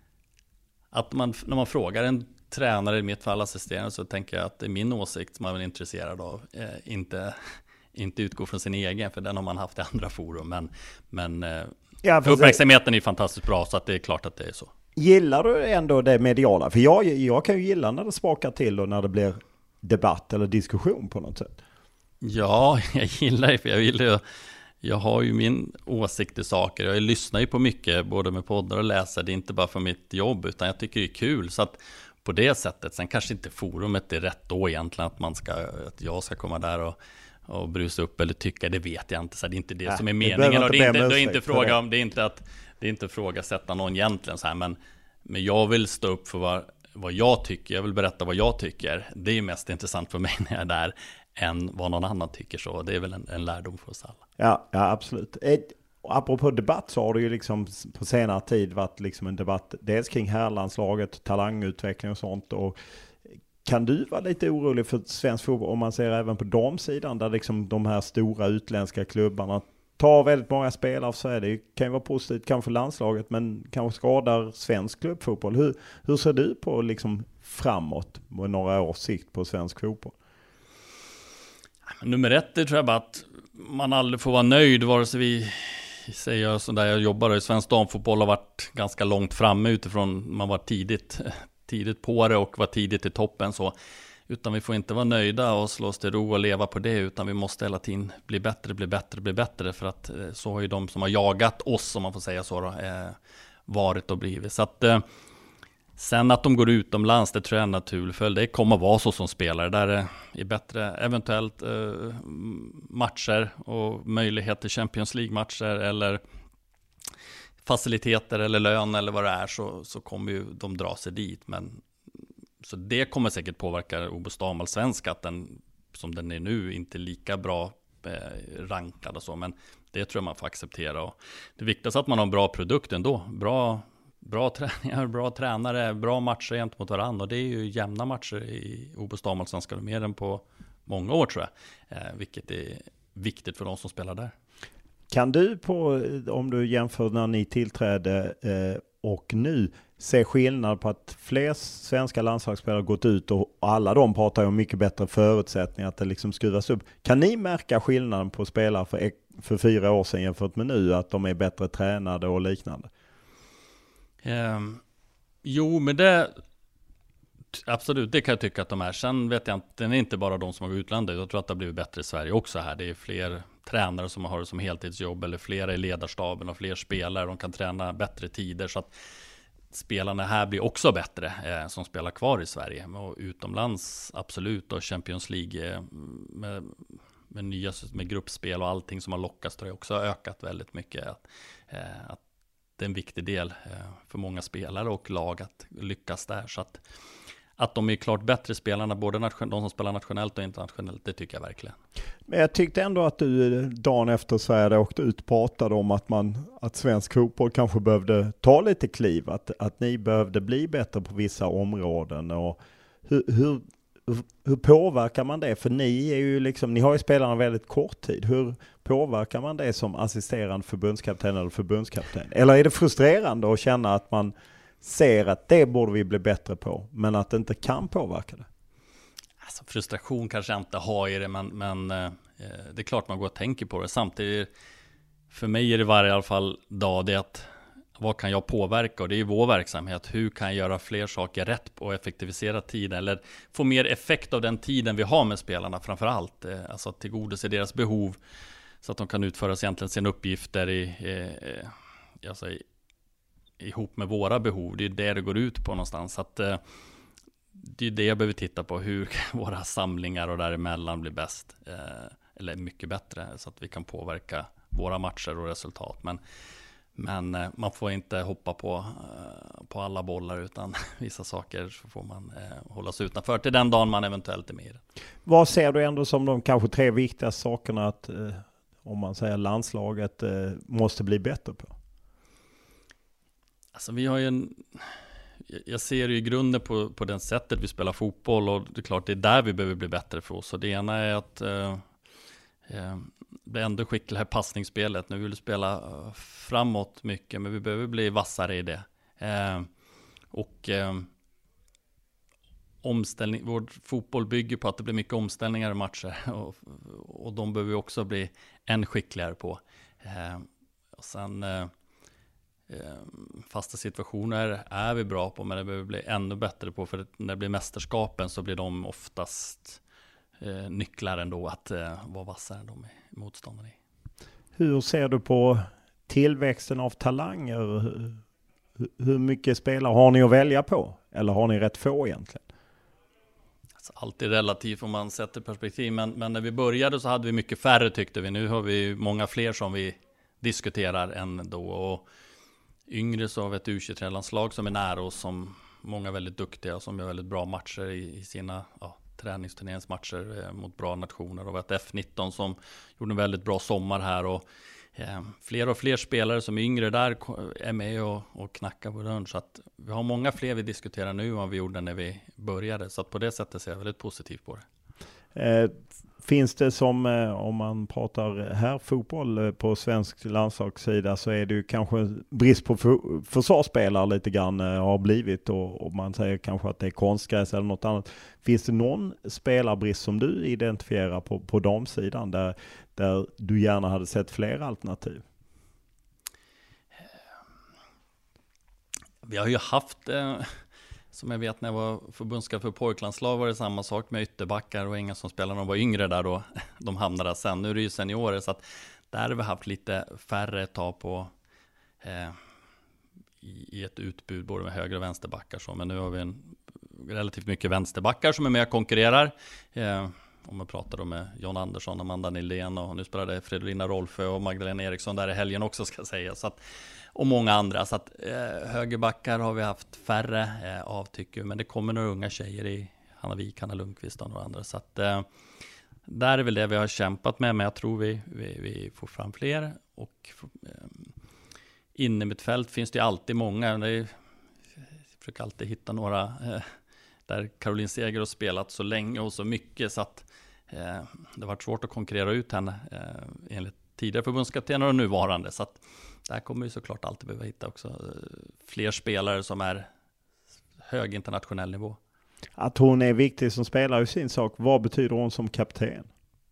att man, när man frågar en tränare, i mitt fall assisterande, så tänker jag att det är min åsikt som man är intresserad av, eh, inte, inte utgå från sin egen, för den har man haft i andra forum, men, men eh, ja, uppmärksamheten är fantastiskt bra, så att det är klart att det är så. Gillar du ändå det mediala? För jag, jag kan ju gilla när det smakar till och när det blir debatt eller diskussion på något sätt. Ja, jag gillar det, för jag vill ju, jag har ju min åsikt i saker. Jag lyssnar ju på mycket, både med poddar och läser. Det är inte bara för mitt jobb, utan jag tycker det är kul. Så att på det sättet, sen kanske inte forumet är rätt då egentligen, att, man ska, att jag ska komma där och, och brusa upp eller tycka, det vet jag inte. Så det är inte det, ja, som är meningen. Och det är inte, det är inte fråga om, det är inte att det är inte ifrågasätta någon egentligen så här, men, men jag vill stå upp för vad, vad jag tycker. Jag vill berätta vad jag tycker. Det är mest intressant för mig när jag är där än vad någon annan tycker, så det är väl en, en lärdom för oss alla. Ja, ja absolut. Ett, apropå debatt, så har det ju liksom på senare tid varit liksom en debatt dels kring herrlandslaget, talangutveckling och sånt, och kan du vara lite orolig för svensk fotboll om man ser även på damsidan, där liksom de här stora utländska klubbarna tar väldigt många spelare, så är det kan ju vara positivt kanske för landslaget, men kanske skadar svensk klubbfotboll. Hur, hur ser du på liksom framåt med några års sikt på svensk fotboll? Nummer ett är, tror jag, bara att man aldrig får vara nöjd, vare sig vi säger jag så där jag jobbar i svensk damfotboll har varit ganska långt framme utifrån man var tidigt, tidigt på det och var tidigt i toppen så. Utan vi får inte vara nöjda och slå oss till ro och leva på det, utan vi måste hela tiden bli bättre, bli bättre, bli bättre. För att så har ju de som har jagat oss, om man får säga så då, eh, varit och blivit. Så att eh, sen att de går utomlands, det tror jag är en naturlig följd. Det kommer att vara så som spelare. Där det är bättre eventuellt eh, matcher och möjlighet till Champions League-matcher eller faciliteter eller lön eller vad det är, så, så kommer ju de dra sig dit. Men så det kommer säkert påverka O B O damallsvenska, att den som den är nu inte är lika bra eh, rankad och så, men det tror jag man får acceptera. Och det viktigaste är att man har en bra produkt ändå, bra, bra träningar, bra tränare, bra matcher gentemot varandra, och det är ju jämna matcher i O B O damallsvenska mer än på många år tror jag, eh, vilket är viktigt för de som spelar där. Kan du på, om du jämför när ni tillträdde eh, och nu, se skillnad på att fler svenska landslagsspelare gått ut och alla de pratar ju om mycket bättre förutsättningar, att det liksom skruvas upp. Kan ni märka skillnaden på spelare för, för fyra år sedan jämfört med nu, att de är bättre tränade och liknande? Um, jo, men det absolut, det kan jag tycka att de är. Sen vet jag inte, det är inte bara de som har gått utlandet. Jag tror att det har blivit bättre i Sverige också här. Det är fler tränare som har det som heltidsjobb, eller flera i ledarstaben och fler spelare. De kan träna bättre tider, så att spelarna här blir också bättre eh, som spelar kvar i Sverige. Och utomlands, absolut. Och Champions League eh, med, med nya med gruppspel och allting som har lockats, tror jag också har ökat väldigt mycket. Att, eh, att det är en viktig del eh, för många spelare och lag att lyckas där. Så att, att de är klart bättre spelarna, både nation, de som spelar nationellt och internationellt, det tycker jag verkligen. Men jag tyckte ändå att du dagen efter Sverige åkte ut pratade om att, man, att svensk fotboll kanske behövde ta lite kliv, att, att ni behövde bli bättre på vissa områden. Och hur, hur, hur påverkar man det? För ni är ju liksom, ni har ju spelarna väldigt kort tid. Hur påverkar man det som assisterande förbundskapten eller förbundskapten? Eller är det frustrerande att känna att man ser att det borde vi bli bättre på, men att det inte kan påverka det? Alltså, frustration kanske jag inte har i det, men, men eh, det är klart man går och tänker på det. Samtidigt, för mig är det varje i alla fall dag det att vad kan jag påverka? Och det är ju vår verksamhet. Hur kan jag göra fler saker rätt och effektivisera tiden, eller få mer effekt av den tiden vi har med spelarna framför allt. Eh, alltså att tillgodose deras behov så att de kan utföra egentligen sina uppgifter i, eh, alltså i ihop med våra behov. Det är det det går ut på någonstans. Så att, eh, det är det jag behöver titta på. Hur våra samlingar och däremellan blir bäst. Eh, eller mycket bättre. Så att vi kan påverka våra matcher och resultat. Men, men eh, man får inte hoppa på, eh, på alla bollar, utan vissa saker så får man eh, hålla sig utanför till den dagen man eventuellt är med i det. Vad ser du ändå som de kanske tre viktigaste sakerna att, eh, om man säger landslaget, eh, måste bli bättre på? Alltså vi har ju en, jag ser ju i grunden på, på den sättet vi spelar fotboll, och det är klart det är där vi behöver bli bättre för oss. Så det ena är att eh, eh, bli ändå skickligare i passningsspelet. Nu vill vi spela framåt mycket, men vi behöver bli vassare i det. Eh, och eh, omställning, vår fotboll bygger på att det blir mycket omställningar i matcher, och, och de behöver vi också bli än skickligare på. Eh, och sen eh, fasta situationer är vi bra på, men det behöver bli ännu bättre på, för när det blir mästerskapen så blir de oftast eh, nycklar ändå att eh, vara vassare än de är motståndare i. Hur ser du på tillväxten av talanger? Hur, hur mycket spelare har ni att välja på? Eller har ni rätt få egentligen? Alltså, allt är relativt om man sätter perspektiv, men, men när vi började så hade vi mycket färre, tyckte vi. Nu har vi många fler som vi diskuterar än då, och yngre så har vi ett U tjugotre-landslag som är nära oss, som många är väldigt duktiga och som gör väldigt bra matcher i, i sina ja, träningsturneringsmatcher eh, mot bra nationer. Och vi har ett F nitton som gjorde en väldigt bra sommar här, och eh, fler och fler spelare som är yngre där är med och, och knackar på dörren. Så att vi har många fler vi diskuterar nu än vad vi gjorde när vi började. Så att på det sättet ser jag väldigt positivt på det. Eh, finns det som, eh, om man pratar här fotboll eh, på svensk landslagssida, så är det ju kanske brist på för, försvarsspelare lite grann eh, har blivit, och, och man säger kanske att det är konstgräs eller något annat. Finns det någon spelarbrist som du identifierar på, på damsidan där, där du gärna hade sett fler alternativ? Vi har ju haft, eh, som jag vet när jag var förbundskapten för pojklandslag var det samma sak med ytterbackar och inga som spelade när de var yngre där då. De hamnade där sen. Nu är det ju seniorer så att där har vi haft lite färre tag på eh, i, i ett utbud både med höger och vänsterbackar. Så. Men nu har vi en relativt mycket vänsterbackar som är med och konkurrerar. Eh, om man pratar då med John Andersson, Amanda Nylén och nu spelade Fridolina Rolfö och Magdalena Eriksson där i helgen också ska jag säga. Så att, och många andra. Så att eh, högerbackar har vi haft färre eh, av tycker men det kommer några unga tjejer i Hanna Wik, Hanna Lundqvist och några andra. Så att eh, där är väl det vi har kämpat med men jag tror vi, vi, vi får fram fler. Och eh, inne i mitt fält finns det alltid många. Det är, jag försöker alltid hitta några eh, där Caroline Seger har spelat så länge och så mycket så att eh, det har varit svårt att konkurrera ut henne eh, enligt tidigare förbundskaptener och nuvarande. Så att där kommer vi såklart alltid behöva hitta också eh, fler spelare som är hög internationell nivå. Att hon är viktig som spelare i sin sak, vad betyder hon som kapten?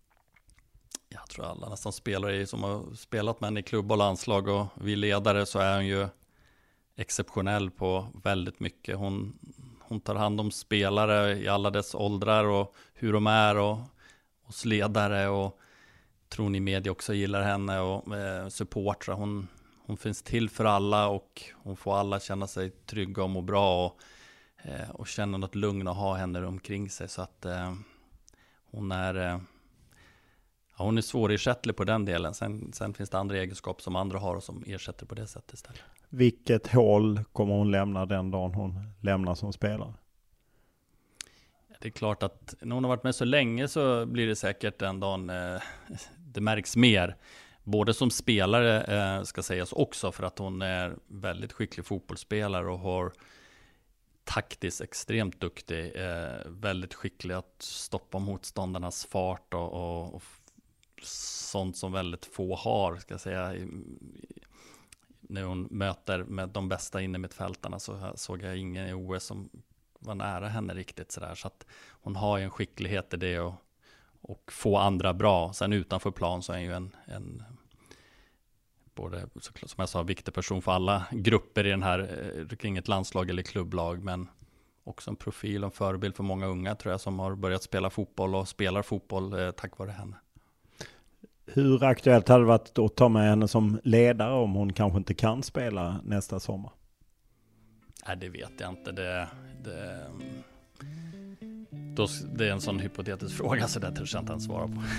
Jag tror alla nästan spelare som har spelat med henne i klubb och landslag och vi ledare så är hon ju exceptionell på väldigt mycket. Hon, hon tar hand om spelare i alla dess åldrar och hur de är och hos ledare och tror ni media också gillar henne och eh, supportrar. Hon, hon finns till för alla och hon får alla känna sig trygga och må bra och, eh, och känna något lugn och ha henne omkring sig så att eh, hon är eh, ja, hon är svårersättlig på den delen. Sen, sen finns det andra egenskaper som andra har och som ersätter på det sättet istället. Vilket hål kommer hon lämna den dagen hon lämnar som spelare? Det är klart att när hon har varit med så länge så blir det säkert en dag eh, det märks mer. Både som spelare eh, ska sägas också för att hon är väldigt skicklig fotbollsspelare och har taktiskt extremt duktig. Eh, väldigt skicklig att stoppa motståndarnas fart och, och, och sånt som väldigt få har ska jag säga. I, när hon möter med de bästa inne mitt fältarna så såg jag ingen i O S som var nära henne riktigt sådär. Så att hon har ju en skicklighet i det och, och få andra bra. Sen utanför plan så är ju en, en både som jag sa viktig person för alla grupper i den här kring ett landslag eller klubblag men också en profil och en förebild för många unga tror jag som har börjat spela fotboll och spelar fotboll eh, tack vare henne. Hur aktuellt hade det varit att ta med henne som ledare om hon kanske inte kan spela nästa sommar? Nej, det vet jag inte. Det, det, då, det är en sån hypotetisk fråga så det törs jag inte ens svara på.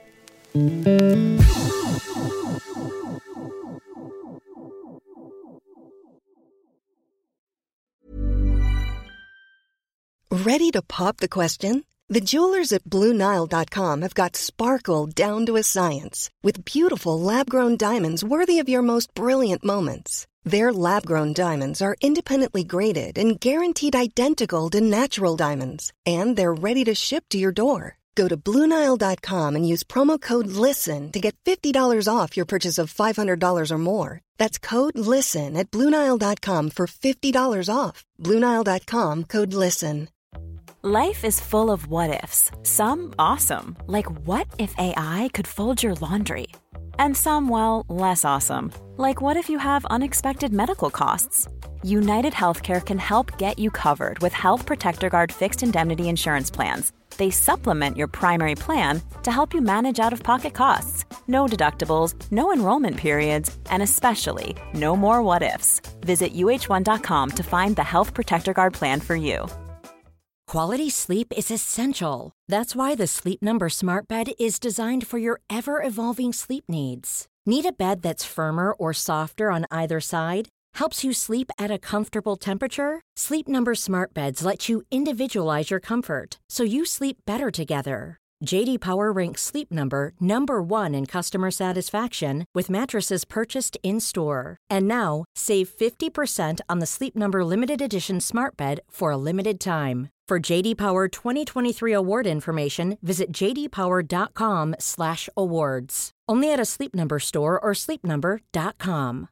Ready to pop the question? The jewelers at Blue Nile dot com have got sparkle down to a science with beautiful lab-grown diamonds worthy of your most brilliant moments. Their lab-grown diamonds are independently graded and guaranteed identical to natural diamonds, and they're ready to ship to your door. Go to Blue Nile dot com and use promo code LISTEN to get fifty dollars off your purchase of five hundred dollars or more. That's code LISTEN at Blue Nile dot com for fifty dollars off. Blue Nile dot com, code LISTEN. Life is full of what-ifs. Some awesome, like what if A I could fold your laundry? And some, well, less awesome, like what if you have unexpected medical costs? United Healthcare can help get you covered with Health Protector Guard fixed indemnity insurance plans. They supplement your primary plan to help you manage out-of-pocket costs. No deductibles, no enrollment periods, and especially no more what-ifs. Visit U H one dot com to find the Health Protector Guard plan for you. Quality sleep is essential. That's why the Sleep Number Smart Bed is designed for your ever-evolving sleep needs. Need a bed that's firmer or softer on either side? Helps you sleep at a comfortable temperature? Sleep Number Smart Beds let you individualize your comfort so you sleep better together. J D Power ranks Sleep Number number one in customer satisfaction with mattresses purchased in-store. And now, save fifty percent on the Sleep Number Limited Edition Smart Bed for a limited time. For J D Power twenty twenty-three award information, visit j d power dot com slash awards. Only at a Sleep Number store or sleep number dot com.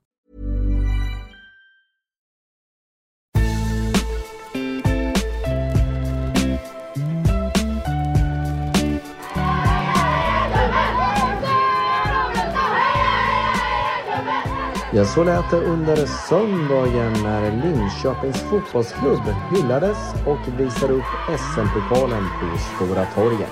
Ja, så lät det under söndagen när Linköpings fotbollsklubb hyllades och visade upp S M-pokalen på Stora torget.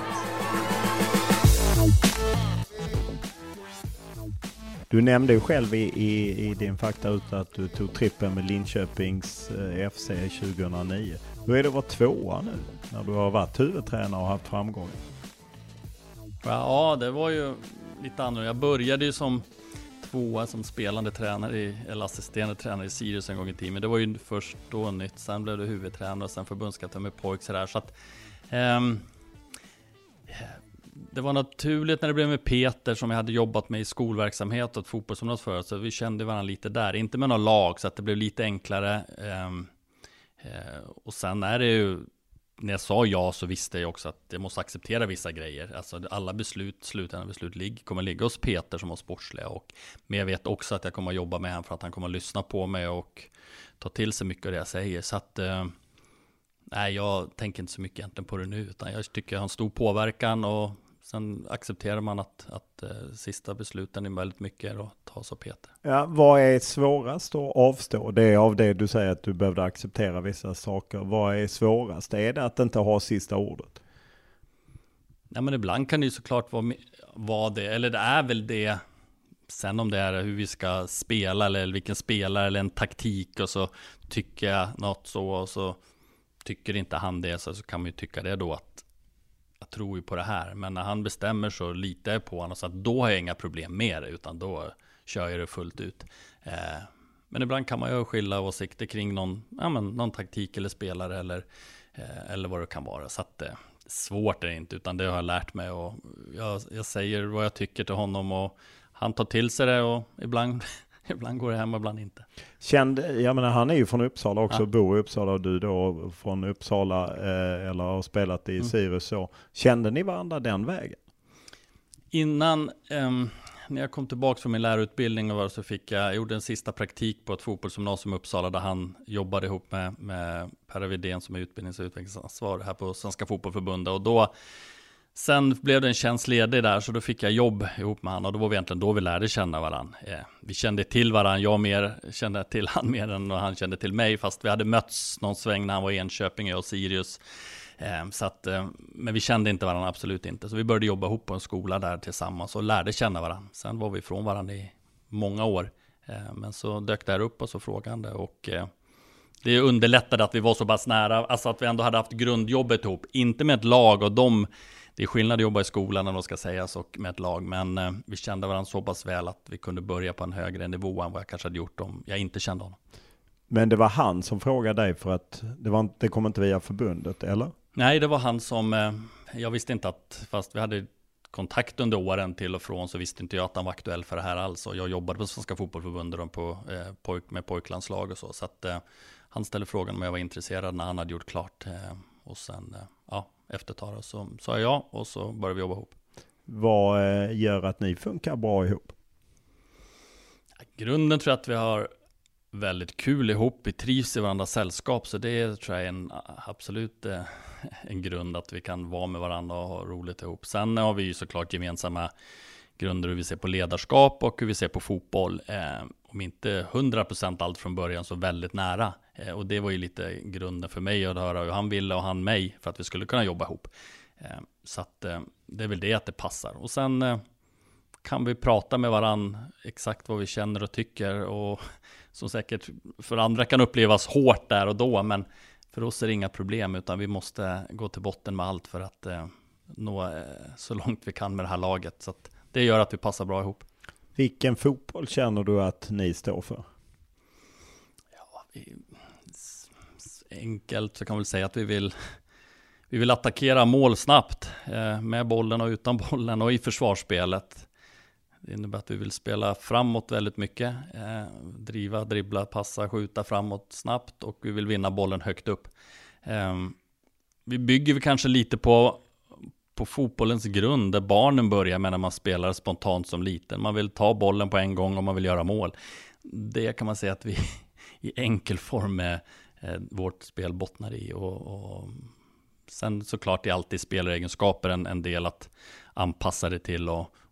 Du nämnde ju själv i, i, i din fakta ut att du tog trippen med Linköpings F C tjugohundranio. Hur är det att vara tvåa nu när du har varit huvudtränare och haft framgång? Ja, det var ju lite annorlunda. Jag började ju som tvåa som spelande tränare i, eller assisterande tränare i Sirius en gång i tiden. Men det var ju först då nytt. Sen blev det huvudtränare och sen förbundskapten med pojk så där. Så att ehm, det var naturligt när det blev med Peter som jag hade jobbat med i skolverksamhet och ett fotbollsområde för. Så vi kände varandra lite där. Inte med någon lag så att det blev lite enklare. Ehm, eh, och sen är det ju, när jag sa ja så visste jag också att jag måste acceptera vissa grejer. Alltså alla beslut, slutända beslut ligger, kommer ligga hos Peter som har sportsliga. Och, men jag vet också att jag kommer att jobba med honom för att han kommer att lyssna på mig och ta till sig mycket av det jag säger. Så att, eh, nej, jag tänker inte så mycket egentligen på det nu. Utan jag tycker jag har en stor påverkan och sen accepterar man att, att eh, sista besluten är väldigt mycket att tas av Peter. Ja, vad är svårast att avstå? Det är av det du säger att du behövde acceptera vissa saker. Vad är svårast? Är det att inte ha sista ordet? Ja, men ibland kan det ju såklart vara, vara det. Eller det är väl det. Sen om det är hur vi ska spela eller vilken spelare eller en taktik och så tycker jag något så och så tycker inte han det så, så kan man ju tycka det då att jag tror ju på det här. Men när han bestämmer så litar jag på honom så att då har jag inga problem med det utan då kör jag det fullt ut. Eh, men ibland kan man ju skilja åsikter kring någon, ja, men, någon taktik eller spelare eller, eh, eller vad det kan vara. Så att eh, svårt är det inte utan det har jag lärt mig och jag, jag säger vad jag tycker till honom och han tar till sig det och ibland, ibland går det hem och ibland inte. Känd, jag menar, han är ju från Uppsala också, Ja. bor i Uppsala och du då från Uppsala eh, eller har spelat i Mm. Sirius så. Kände ni varandra den vägen? Innan, ehm, när jag kom tillbaka från min lärarutbildning och var, så fick jag, jag gjorde en sista praktik på ett fotbollsgymnasium i Uppsala där han jobbade ihop med, med Per Widén som är utbildnings- och utvecklingsansvarig här på Svenska Fotbollförbundet och då sen blev det en tjänst ledig där så då fick jag jobb ihop med han och då var vi egentligen då vi lärde känna varandra. Eh, vi kände till varandra, jag mer, kände till han mer än han kände till mig fast vi hade mötts någon sväng när han var i Enköping och Sirius. Eh, så att, eh, men vi kände inte varandra, absolut inte. Så vi började jobba ihop på en skola där tillsammans och lärde känna varandra. Sen var vi från varandra i många år. Eh, men så dök det här upp och så frågade han det och eh, det underlättade att vi var så pass nära, alltså att vi ändå hade haft grundjobbet ihop. Inte med ett lag och de, det är skillnad att jobba i skolan när de ska sägas och med ett lag. Men eh, vi kände varandra så pass väl att vi kunde börja på en högre nivå än vad jag kanske hade gjort om jag inte kände honom. Men det var han som frågade dig för att det, var, det kom inte via förbundet, eller? Nej, det var han som, eh, jag visste inte att, fast vi hade kontakt under åren till och från så visste inte jag att han var aktuell för det här alls. Och jag jobbade på Svenska Fotbollförbundet på, eh, pojk, med pojklandslag och så. Så att eh, han ställde frågan om jag var intresserad när han hade gjort klart. Eh, och sen, eh, ja, efter ett tag så sa jag ja och så började vi jobba ihop. Vad eh, gör att ni funkar bra ihop? Grunden tror jag att vi har väldigt kul ihop. Vi trivs i varandras sällskap så det tror jag är en absolut eh, en grund att vi kan vara med varandra och ha roligt ihop. Sen har vi ju såklart gemensamma grunder hur vi ser på ledarskap och hur vi ser på fotboll. Eh, om inte hundra procent allt från början så väldigt nära. Eh, och det var ju lite grunden för mig att höra hur han ville och han mig för att vi skulle kunna jobba ihop. Eh, så att eh, det är väl det att det passar. Och sen eh, kan vi prata med varann exakt vad vi känner och tycker och som säkert för andra kan upplevas hårt där och då, men för oss är det inga problem utan vi måste gå till botten med allt för att eh, nå eh, så långt vi kan med det här laget. Så att det gör att vi passar bra ihop. Vilken fotboll känner du att ni står för? Ja, vi, enkelt så kan vi väl säga att vi vill vi vill attackera mål snabbt eh, med bollen och utan bollen och i försvarsspelet. Det innebär att vi vill spela framåt väldigt mycket. Eh, driva, dribbla, passa, skjuta framåt snabbt. Och vi vill vinna bollen högt upp. Eh, vi bygger vi kanske lite på, på fotbollens grund. Där barnen börjar med när man spelar spontant som liten. Man vill ta bollen på en gång och man vill göra mål. Det kan man säga att vi i enkel form med eh, vårt spel bottnar i. Och, och sen såklart är alltid spelegenskaper en, en del att anpassa det till och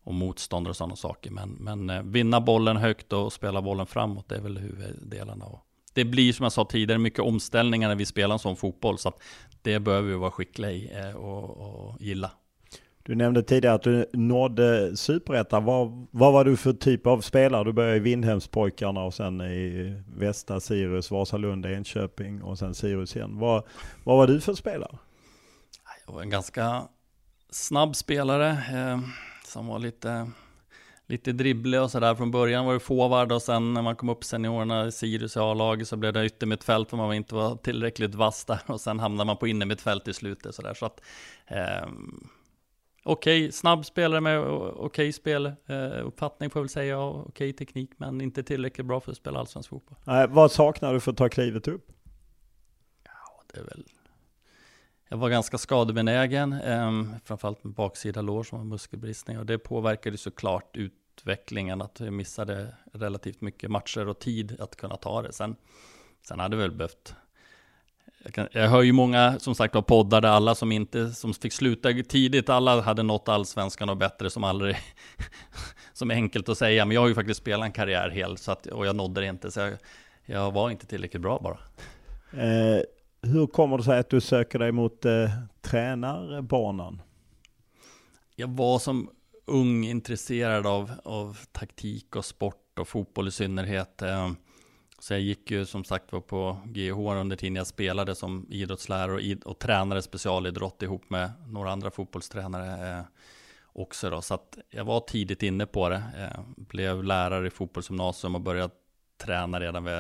och motståndare och sådana saker. Men, men eh, vinna bollen högt och spela bollen framåt, det är väl huvuddelarna. Och det blir, som jag sa tidigare, mycket omställningar när vi spelar en sån fotboll, så att det behöver vi vara skickliga i eh, och, och gilla. Du nämnde tidigare att du nådde Superettan. Vad, vad var du för typ av spelare? Du började i Vindhemspojkarna och sen i Västa, Sirius, Vasalund, Enköping och sen Sirius igen. Vad, vad var du för spelare? Jag var en ganska snabb spelare eh, som var lite, lite dribblig och sådär. Från början var det forward och sen när man kom upp seniorerna i Sirius i A-laget så blev det yttermittfält för man inte var tillräckligt vass där. Och sen hamnade man på innermittfält i slutet. Så, där. Så att... Eh, Okej, okay, snabb spelare med okej okay spel, eh, uppfattning får jag väl säga, och okej okay teknik, men inte tillräckligt bra för att spela allsvensk fotboll. Nej, vad saknar du för att ta klivet upp? Ja, det är väl... Jag var ganska skadebenägen, eh, framförallt med baksida lår som var muskelbristning, och det påverkade såklart utvecklingen, att jag missade relativt mycket matcher och tid att kunna ta det. Sen, sen hade jag väl behövt... Jag, kan, jag hör ju många som sagt av poddar där alla som inte som fick sluta tidigt, alla hade nått allsvenskan och bättre, som aldrig som är enkelt att säga, men jag har ju faktiskt spelat en karriär hel så att, och jag nådde det inte, så jag, jag var inte tillräckligt bra bara. Eh, hur kommer det sig att du söker dig mot eh, tränarbanan? Jag var som ung intresserad av, av taktik och sport och fotboll i synnerhet. Eh, Så jag gick ju som sagt var på G H under tiden jag spelade som idrottslärare och, id- och tränare specialidrott ihop med några andra fotbollstränare eh, också då. Så att jag var tidigt inne på det. Eh, blev lärare i fotbollsgymnasium och började träna redan vid,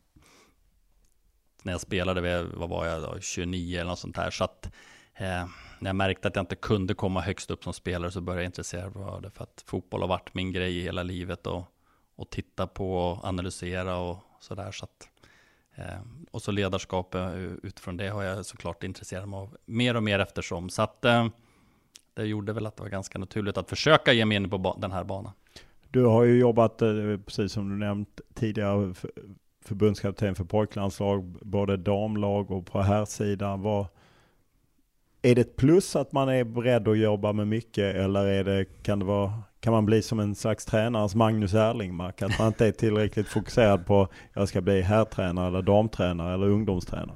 när jag spelade vid, vad var jag då, tjugonio eller något sånt där. Så att eh, när jag märkte att jag inte kunde komma högst upp som spelare så började jag intressera mig av det, för att fotboll har varit min grej i hela livet, och, och titta på och analysera och sådär, så att, eh, och så ledarskapet utifrån det har jag såklart intresserat mig av mer och mer eftersom, så att eh, det gjorde väl att det var ganska naturligt att försöka ge mig in på ba- den här banan. Du har ju jobbat, eh, precis som du nämnt tidigare, för, förbundskapten för pojklandslag, både damlag och på här sidan. Vad, är det ett plus att man är beredd att jobba med mycket, eller är det, kan det vara, kan man bli som en slags tränarens Magnus Erlingmark, att man inte är tillräckligt fokuserad på jag ska bli herrtränare eller damtränare eller ungdomstränare?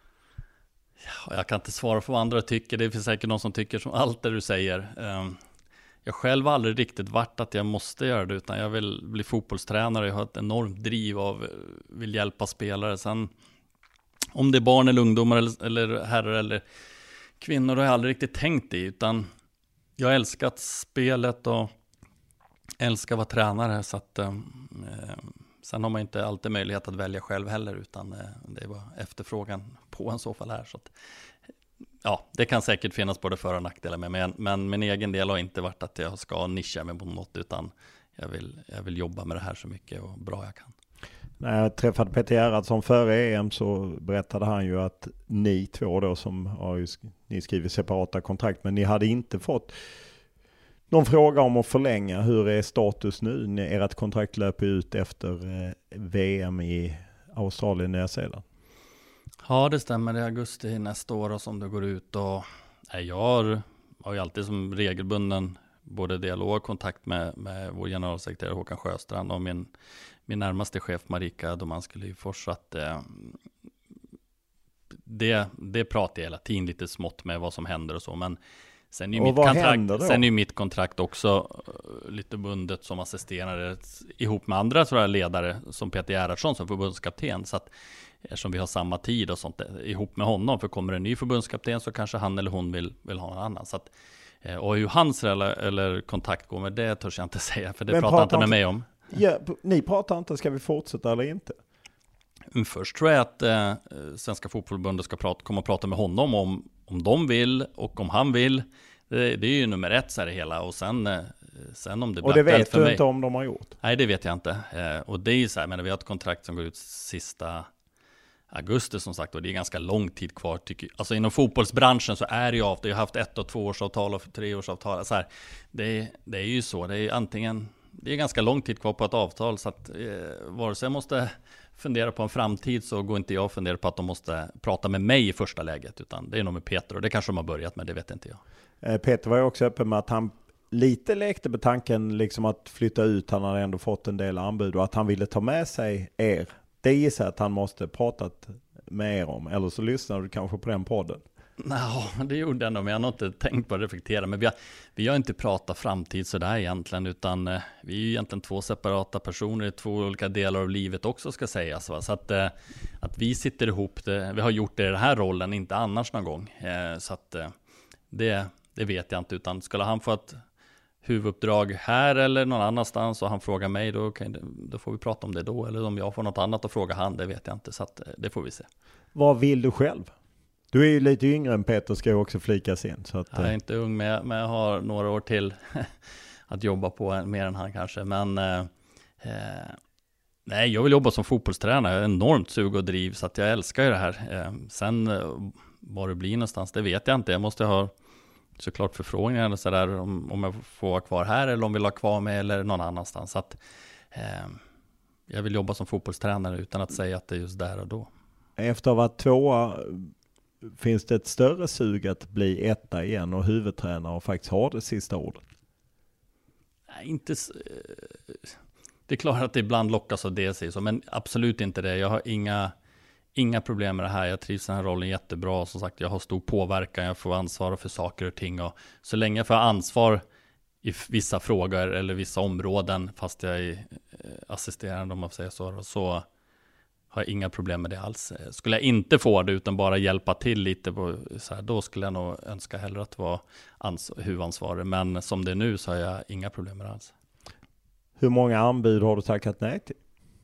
Ja, jag kan inte svara för vad andra tycker. Det finns säkert någon som tycker som allt det du säger. Jag själv har aldrig riktigt varit att jag måste göra det, utan jag vill bli fotbollstränare. Jag har ett enormt driv av vill hjälpa spelare. Sen om det är barn eller ungdomar eller, eller herrar eller kvinnor har jag aldrig riktigt tänkt i, utan jag har älskat spelet och älskar att vara tränare, så att eh, sen har man inte alltid möjlighet att välja själv heller, utan eh, det var efterfrågan på en så fall här, så att ja, det kan säkert finnas både för- och nackdelar med, men, men min egen del har inte varit att jag ska nischa mig på något, utan jag vill, jag vill jobba med det här så mycket och bra jag kan. När jag träffade Peter Gerhardsson före E M så berättade han ju att ni två då, som har ju, ni skriver separata kontrakt, men ni hade inte fått någon fråga om att förlänga. Hur är status nu när ert kontrakt löper ut efter eh, V M i Australien och Nya Zeeland? Ja, det stämmer. Det är augusti nästa år och som det går ut. Och, nej, jag har, har ju alltid som regelbunden både dialog och kontakt med, med vår generalsekreterare Håkan Sjöstrand och min, min närmaste chef Marika Domanski-Lyfors, så att eh, det, det pratar jag hela tiden lite smått med vad som händer och så, men sen är ju, mitt kontrakt, sen är ju mitt kontrakt också uh, lite bundet som assisterande ihop med andra sådana ledare som Peter Gerhardsson som förbundskapten, så att eftersom vi har samma tid och sånt ihop med honom, för kommer en ny förbundskapten så kanske han eller hon vill, vill ha någon annan, så att, och hur hans eller, eller kontakt går med det törs jag inte säga, för det men pratar inte med mig om. Ja, ni pratar inte, ska vi fortsätta eller inte? Först tror jag att eh, Svenska fotbollförbundet ska prata, komma och prata med honom om, om de vill och om han vill. Det, det är ju nummer ett så här det hela, och sen, eh, sen om det blir och det vet för du mig, inte om de har gjort? Nej, det vet jag inte. Eh, och det är ju så här, men vi har ett kontrakt som går ut sista augusti som sagt, och det är ganska lång tid kvar tycker jag. Alltså inom fotbollsbranschen så är det ju avtal, jag har haft ett och två års avtal och tre års avtal så här. Det, det är ju så, det är antingen, det är ganska lång tid kvar på ett avtal, så att eh, vare sig jag måste fundera på en framtid så går inte jag och fundera på att de måste prata med mig i första läget, utan det är nog med Peter, och det kanske de har börjat med, det vet inte jag. Eh, Peter var ju också öppen med att han lite lekte med tanken liksom att flytta ut. Han hade ändå fått en del anbud och att han ville ta med sig er. Det gissar jag att han måste pratat med er om. Eller så lyssnar du kanske på den podden. Nej, det gjorde jag nog, men jag har inte tänkt på att reflektera. Men vi har, vi har inte pratat framtid sådär egentligen, utan eh, vi är ju egentligen två separata personer i två olika delar av livet också, ska sägas. Va? Så att, eh, att vi sitter ihop, det, vi har gjort det i den här rollen, inte annars någon gång. Eh, så att eh, det, det vet jag inte, utan skulle han få ett huvuduppdrag här eller någon annanstans och han frågar mig, då, kan, då får vi prata om det då. Eller om jag får något annat att fråga han, det vet jag inte. Så att, eh, det får vi se. Vad vill du själv? Du är ju lite yngre än Peter, ska jag också flikas in. Så att, jag är inte ung, men jag, men jag har några år till att jobba på, mer än han kanske. Men eh, eh, nej, jag vill jobba som fotbollstränare. Jag är enormt sug och driv, så att jag älskar ju det här. Eh, sen eh, var det blir någonstans, det vet jag inte. Jag måste ha såklart förfrågningar så där, om, om jag får vara kvar här eller om jag vill ha kvar mig eller någon annanstans. Så att, eh, jag vill jobba som fotbollstränare utan att säga att det är just där och då. Efter att ha varit tvåa, finns det ett större sug att bli etta igen och huvudtränare och faktiskt ha det sista ordet? Nej, inte. Det är klart att det ibland lockas av det, så, men absolut inte det. Jag har inga, inga problem med det här. Jag trivs i den här rollen jättebra. Som sagt, jag har stor påverkan. Jag får ansvar för saker och ting. Och så länge jag får ansvar i vissa frågor eller vissa områden, fast jag är assisterande, om man säger så, så har jag inga problem med det alls. Skulle jag inte få det utan bara hjälpa till lite på, så här, då skulle jag nog önska hellre att vara ans- huvudansvarig. Men som det är nu så har jag inga problem med det alls. Hur många anbud har du tackat nej till?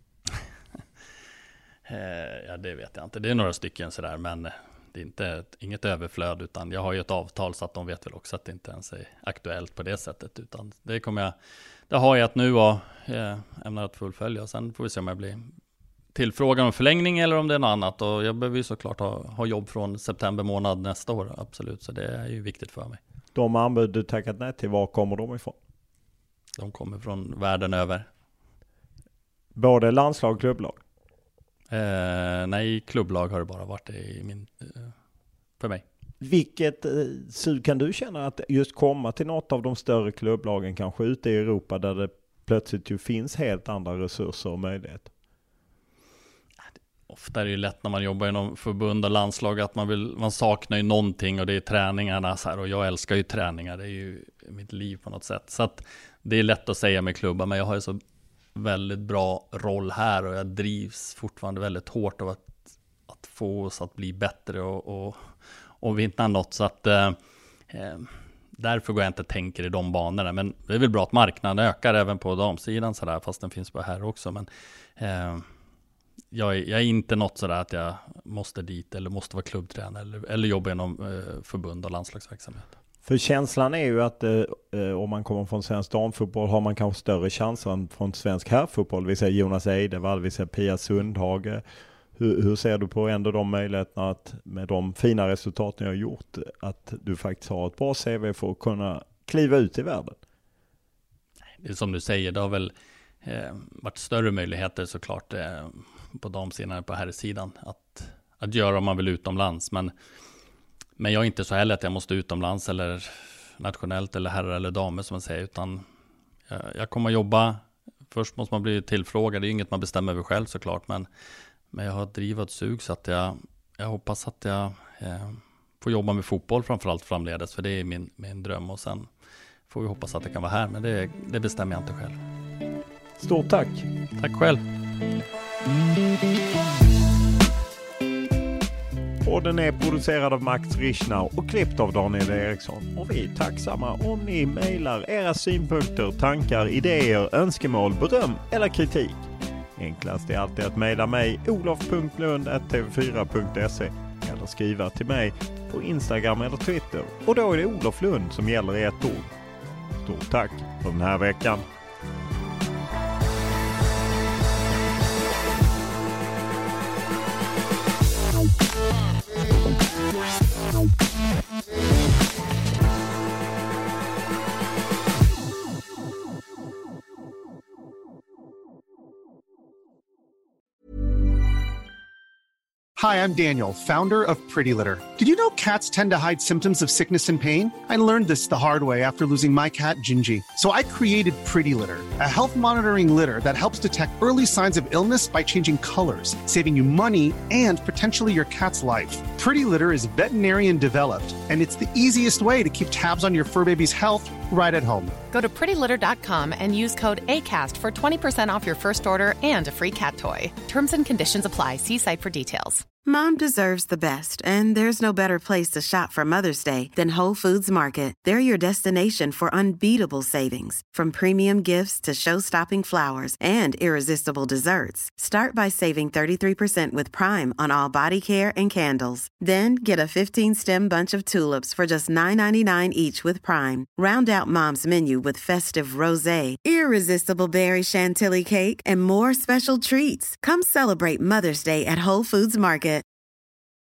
Ja, det vet jag inte. Det är några stycken sådär, men det är inte ett, inget överflöd, utan jag har ju ett avtal så att de vet väl också att det inte ens är aktuellt på det sättet, utan det kommer jag, det har jag att nu och jag ämnar att fullfölja. Sen får vi se om jag blir tillfrågan om förlängning eller om det är något annat, och jag behöver ju såklart ha, ha jobb från september månad nästa år, absolut, så det är ju viktigt för mig. De anbud du tackat nej till, var kommer de ifrån? De kommer från världen över. Både landslag och klubblag? Eh, nej, klubblag har det bara varit i min, eh, för mig. Vilket eh, sug kan du känna att just komma till något av de större klubblagen, kanske ute i Europa, där det plötsligt ju finns helt andra resurser och möjligheter? Ofta är det ju lätt när man jobbar inom förbund och landslag att man vill, man saknar ju någonting, och det är träningarna så här, och jag älskar ju träningar, det är ju mitt liv på något sätt. Så att det är lätt att säga med klubbar, men jag har ju så väldigt bra roll här och jag drivs fortfarande väldigt hårt av att, att få oss att bli bättre och, och, och vinna något. Så att eh, därför går jag inte tänker i de banorna. Men det är väl bra att marknaden ökar även på damsidan så där, fast den finns bara här också. Men eh, jag, är, jag är inte något sådär att jag måste dit eller måste vara klubbtränare eller, eller jobba inom eh, förbund och landslagsverksamhet. För känslan är ju att eh, om man kommer från svensk damfotboll har man kanske större chanser än från svensk herrfotboll. Vi ser Jonas Eidevall, vi ser Pia Sundhage. Hur, hur ser du på ändå de möjligheterna att med de fina resultaten jag har gjort, att du faktiskt har ett bra C V för att kunna kliva ut i världen? Det är som du säger, det har väl eh, varit större möjligheter såklart eh, på damsidan och på herrsidan att, att göra om man vill utomlands. Men Men jag är inte så heller att jag måste utomlands eller nationellt eller herrar eller damer som man säger, utan jag, jag kommer att jobba. Först måste man bli tillfrågad, det är inget man bestämmer över själv såklart, men, men jag har drivat sug så att jag, jag hoppas att jag eh, får jobba med fotboll framförallt framledes, för det är min, min dröm, och sen får vi hoppas att det kan vara här, men det, det bestämmer jag inte själv. Stort tack! Tack själv! Podden är producerad av Max Richnau och klippt av Daniel Eriksson. Och vi är tacksamma om ni mejlar era synpunkter, tankar, idéer, önskemål, beröm eller kritik. Enklast är alltid att mejla mig olof punkt lund at t v fyra punkt se eller skriva till mig på Instagram eller Twitter. Och då är det Olof Lund som gäller i ett ord. Stort tack för den här veckan! Hi, I'm Daniel, founder of Pretty Litter. Did you know cats tend to hide symptoms of sickness and pain? I learned this the hard way after losing my cat, Gingy. So I created Pretty Litter, a health monitoring litter that helps detect early signs of illness by changing colors, saving you money and potentially your cat's life. Pretty Litter is veterinarian developed, and it's the easiest way to keep tabs on your fur baby's health right at home. Go to pretty litter dot com and use code ACAST for twenty percent off your first order and a free cat toy. Terms and conditions apply. See site for details. Mom deserves the best, and there's no better place to shop for Mother's Day than Whole Foods Market. They're your destination for unbeatable savings, from premium gifts to show-stopping flowers and irresistible desserts. Start by saving thirty-three percent with Prime on all body care and candles. Then get a fifteen-stem bunch of tulips for just nine ninety-nine each with Prime. Round out Mom's menu with festive rosé, irresistible berry chantilly cake, and more special treats. Come celebrate Mother's Day at Whole Foods Market.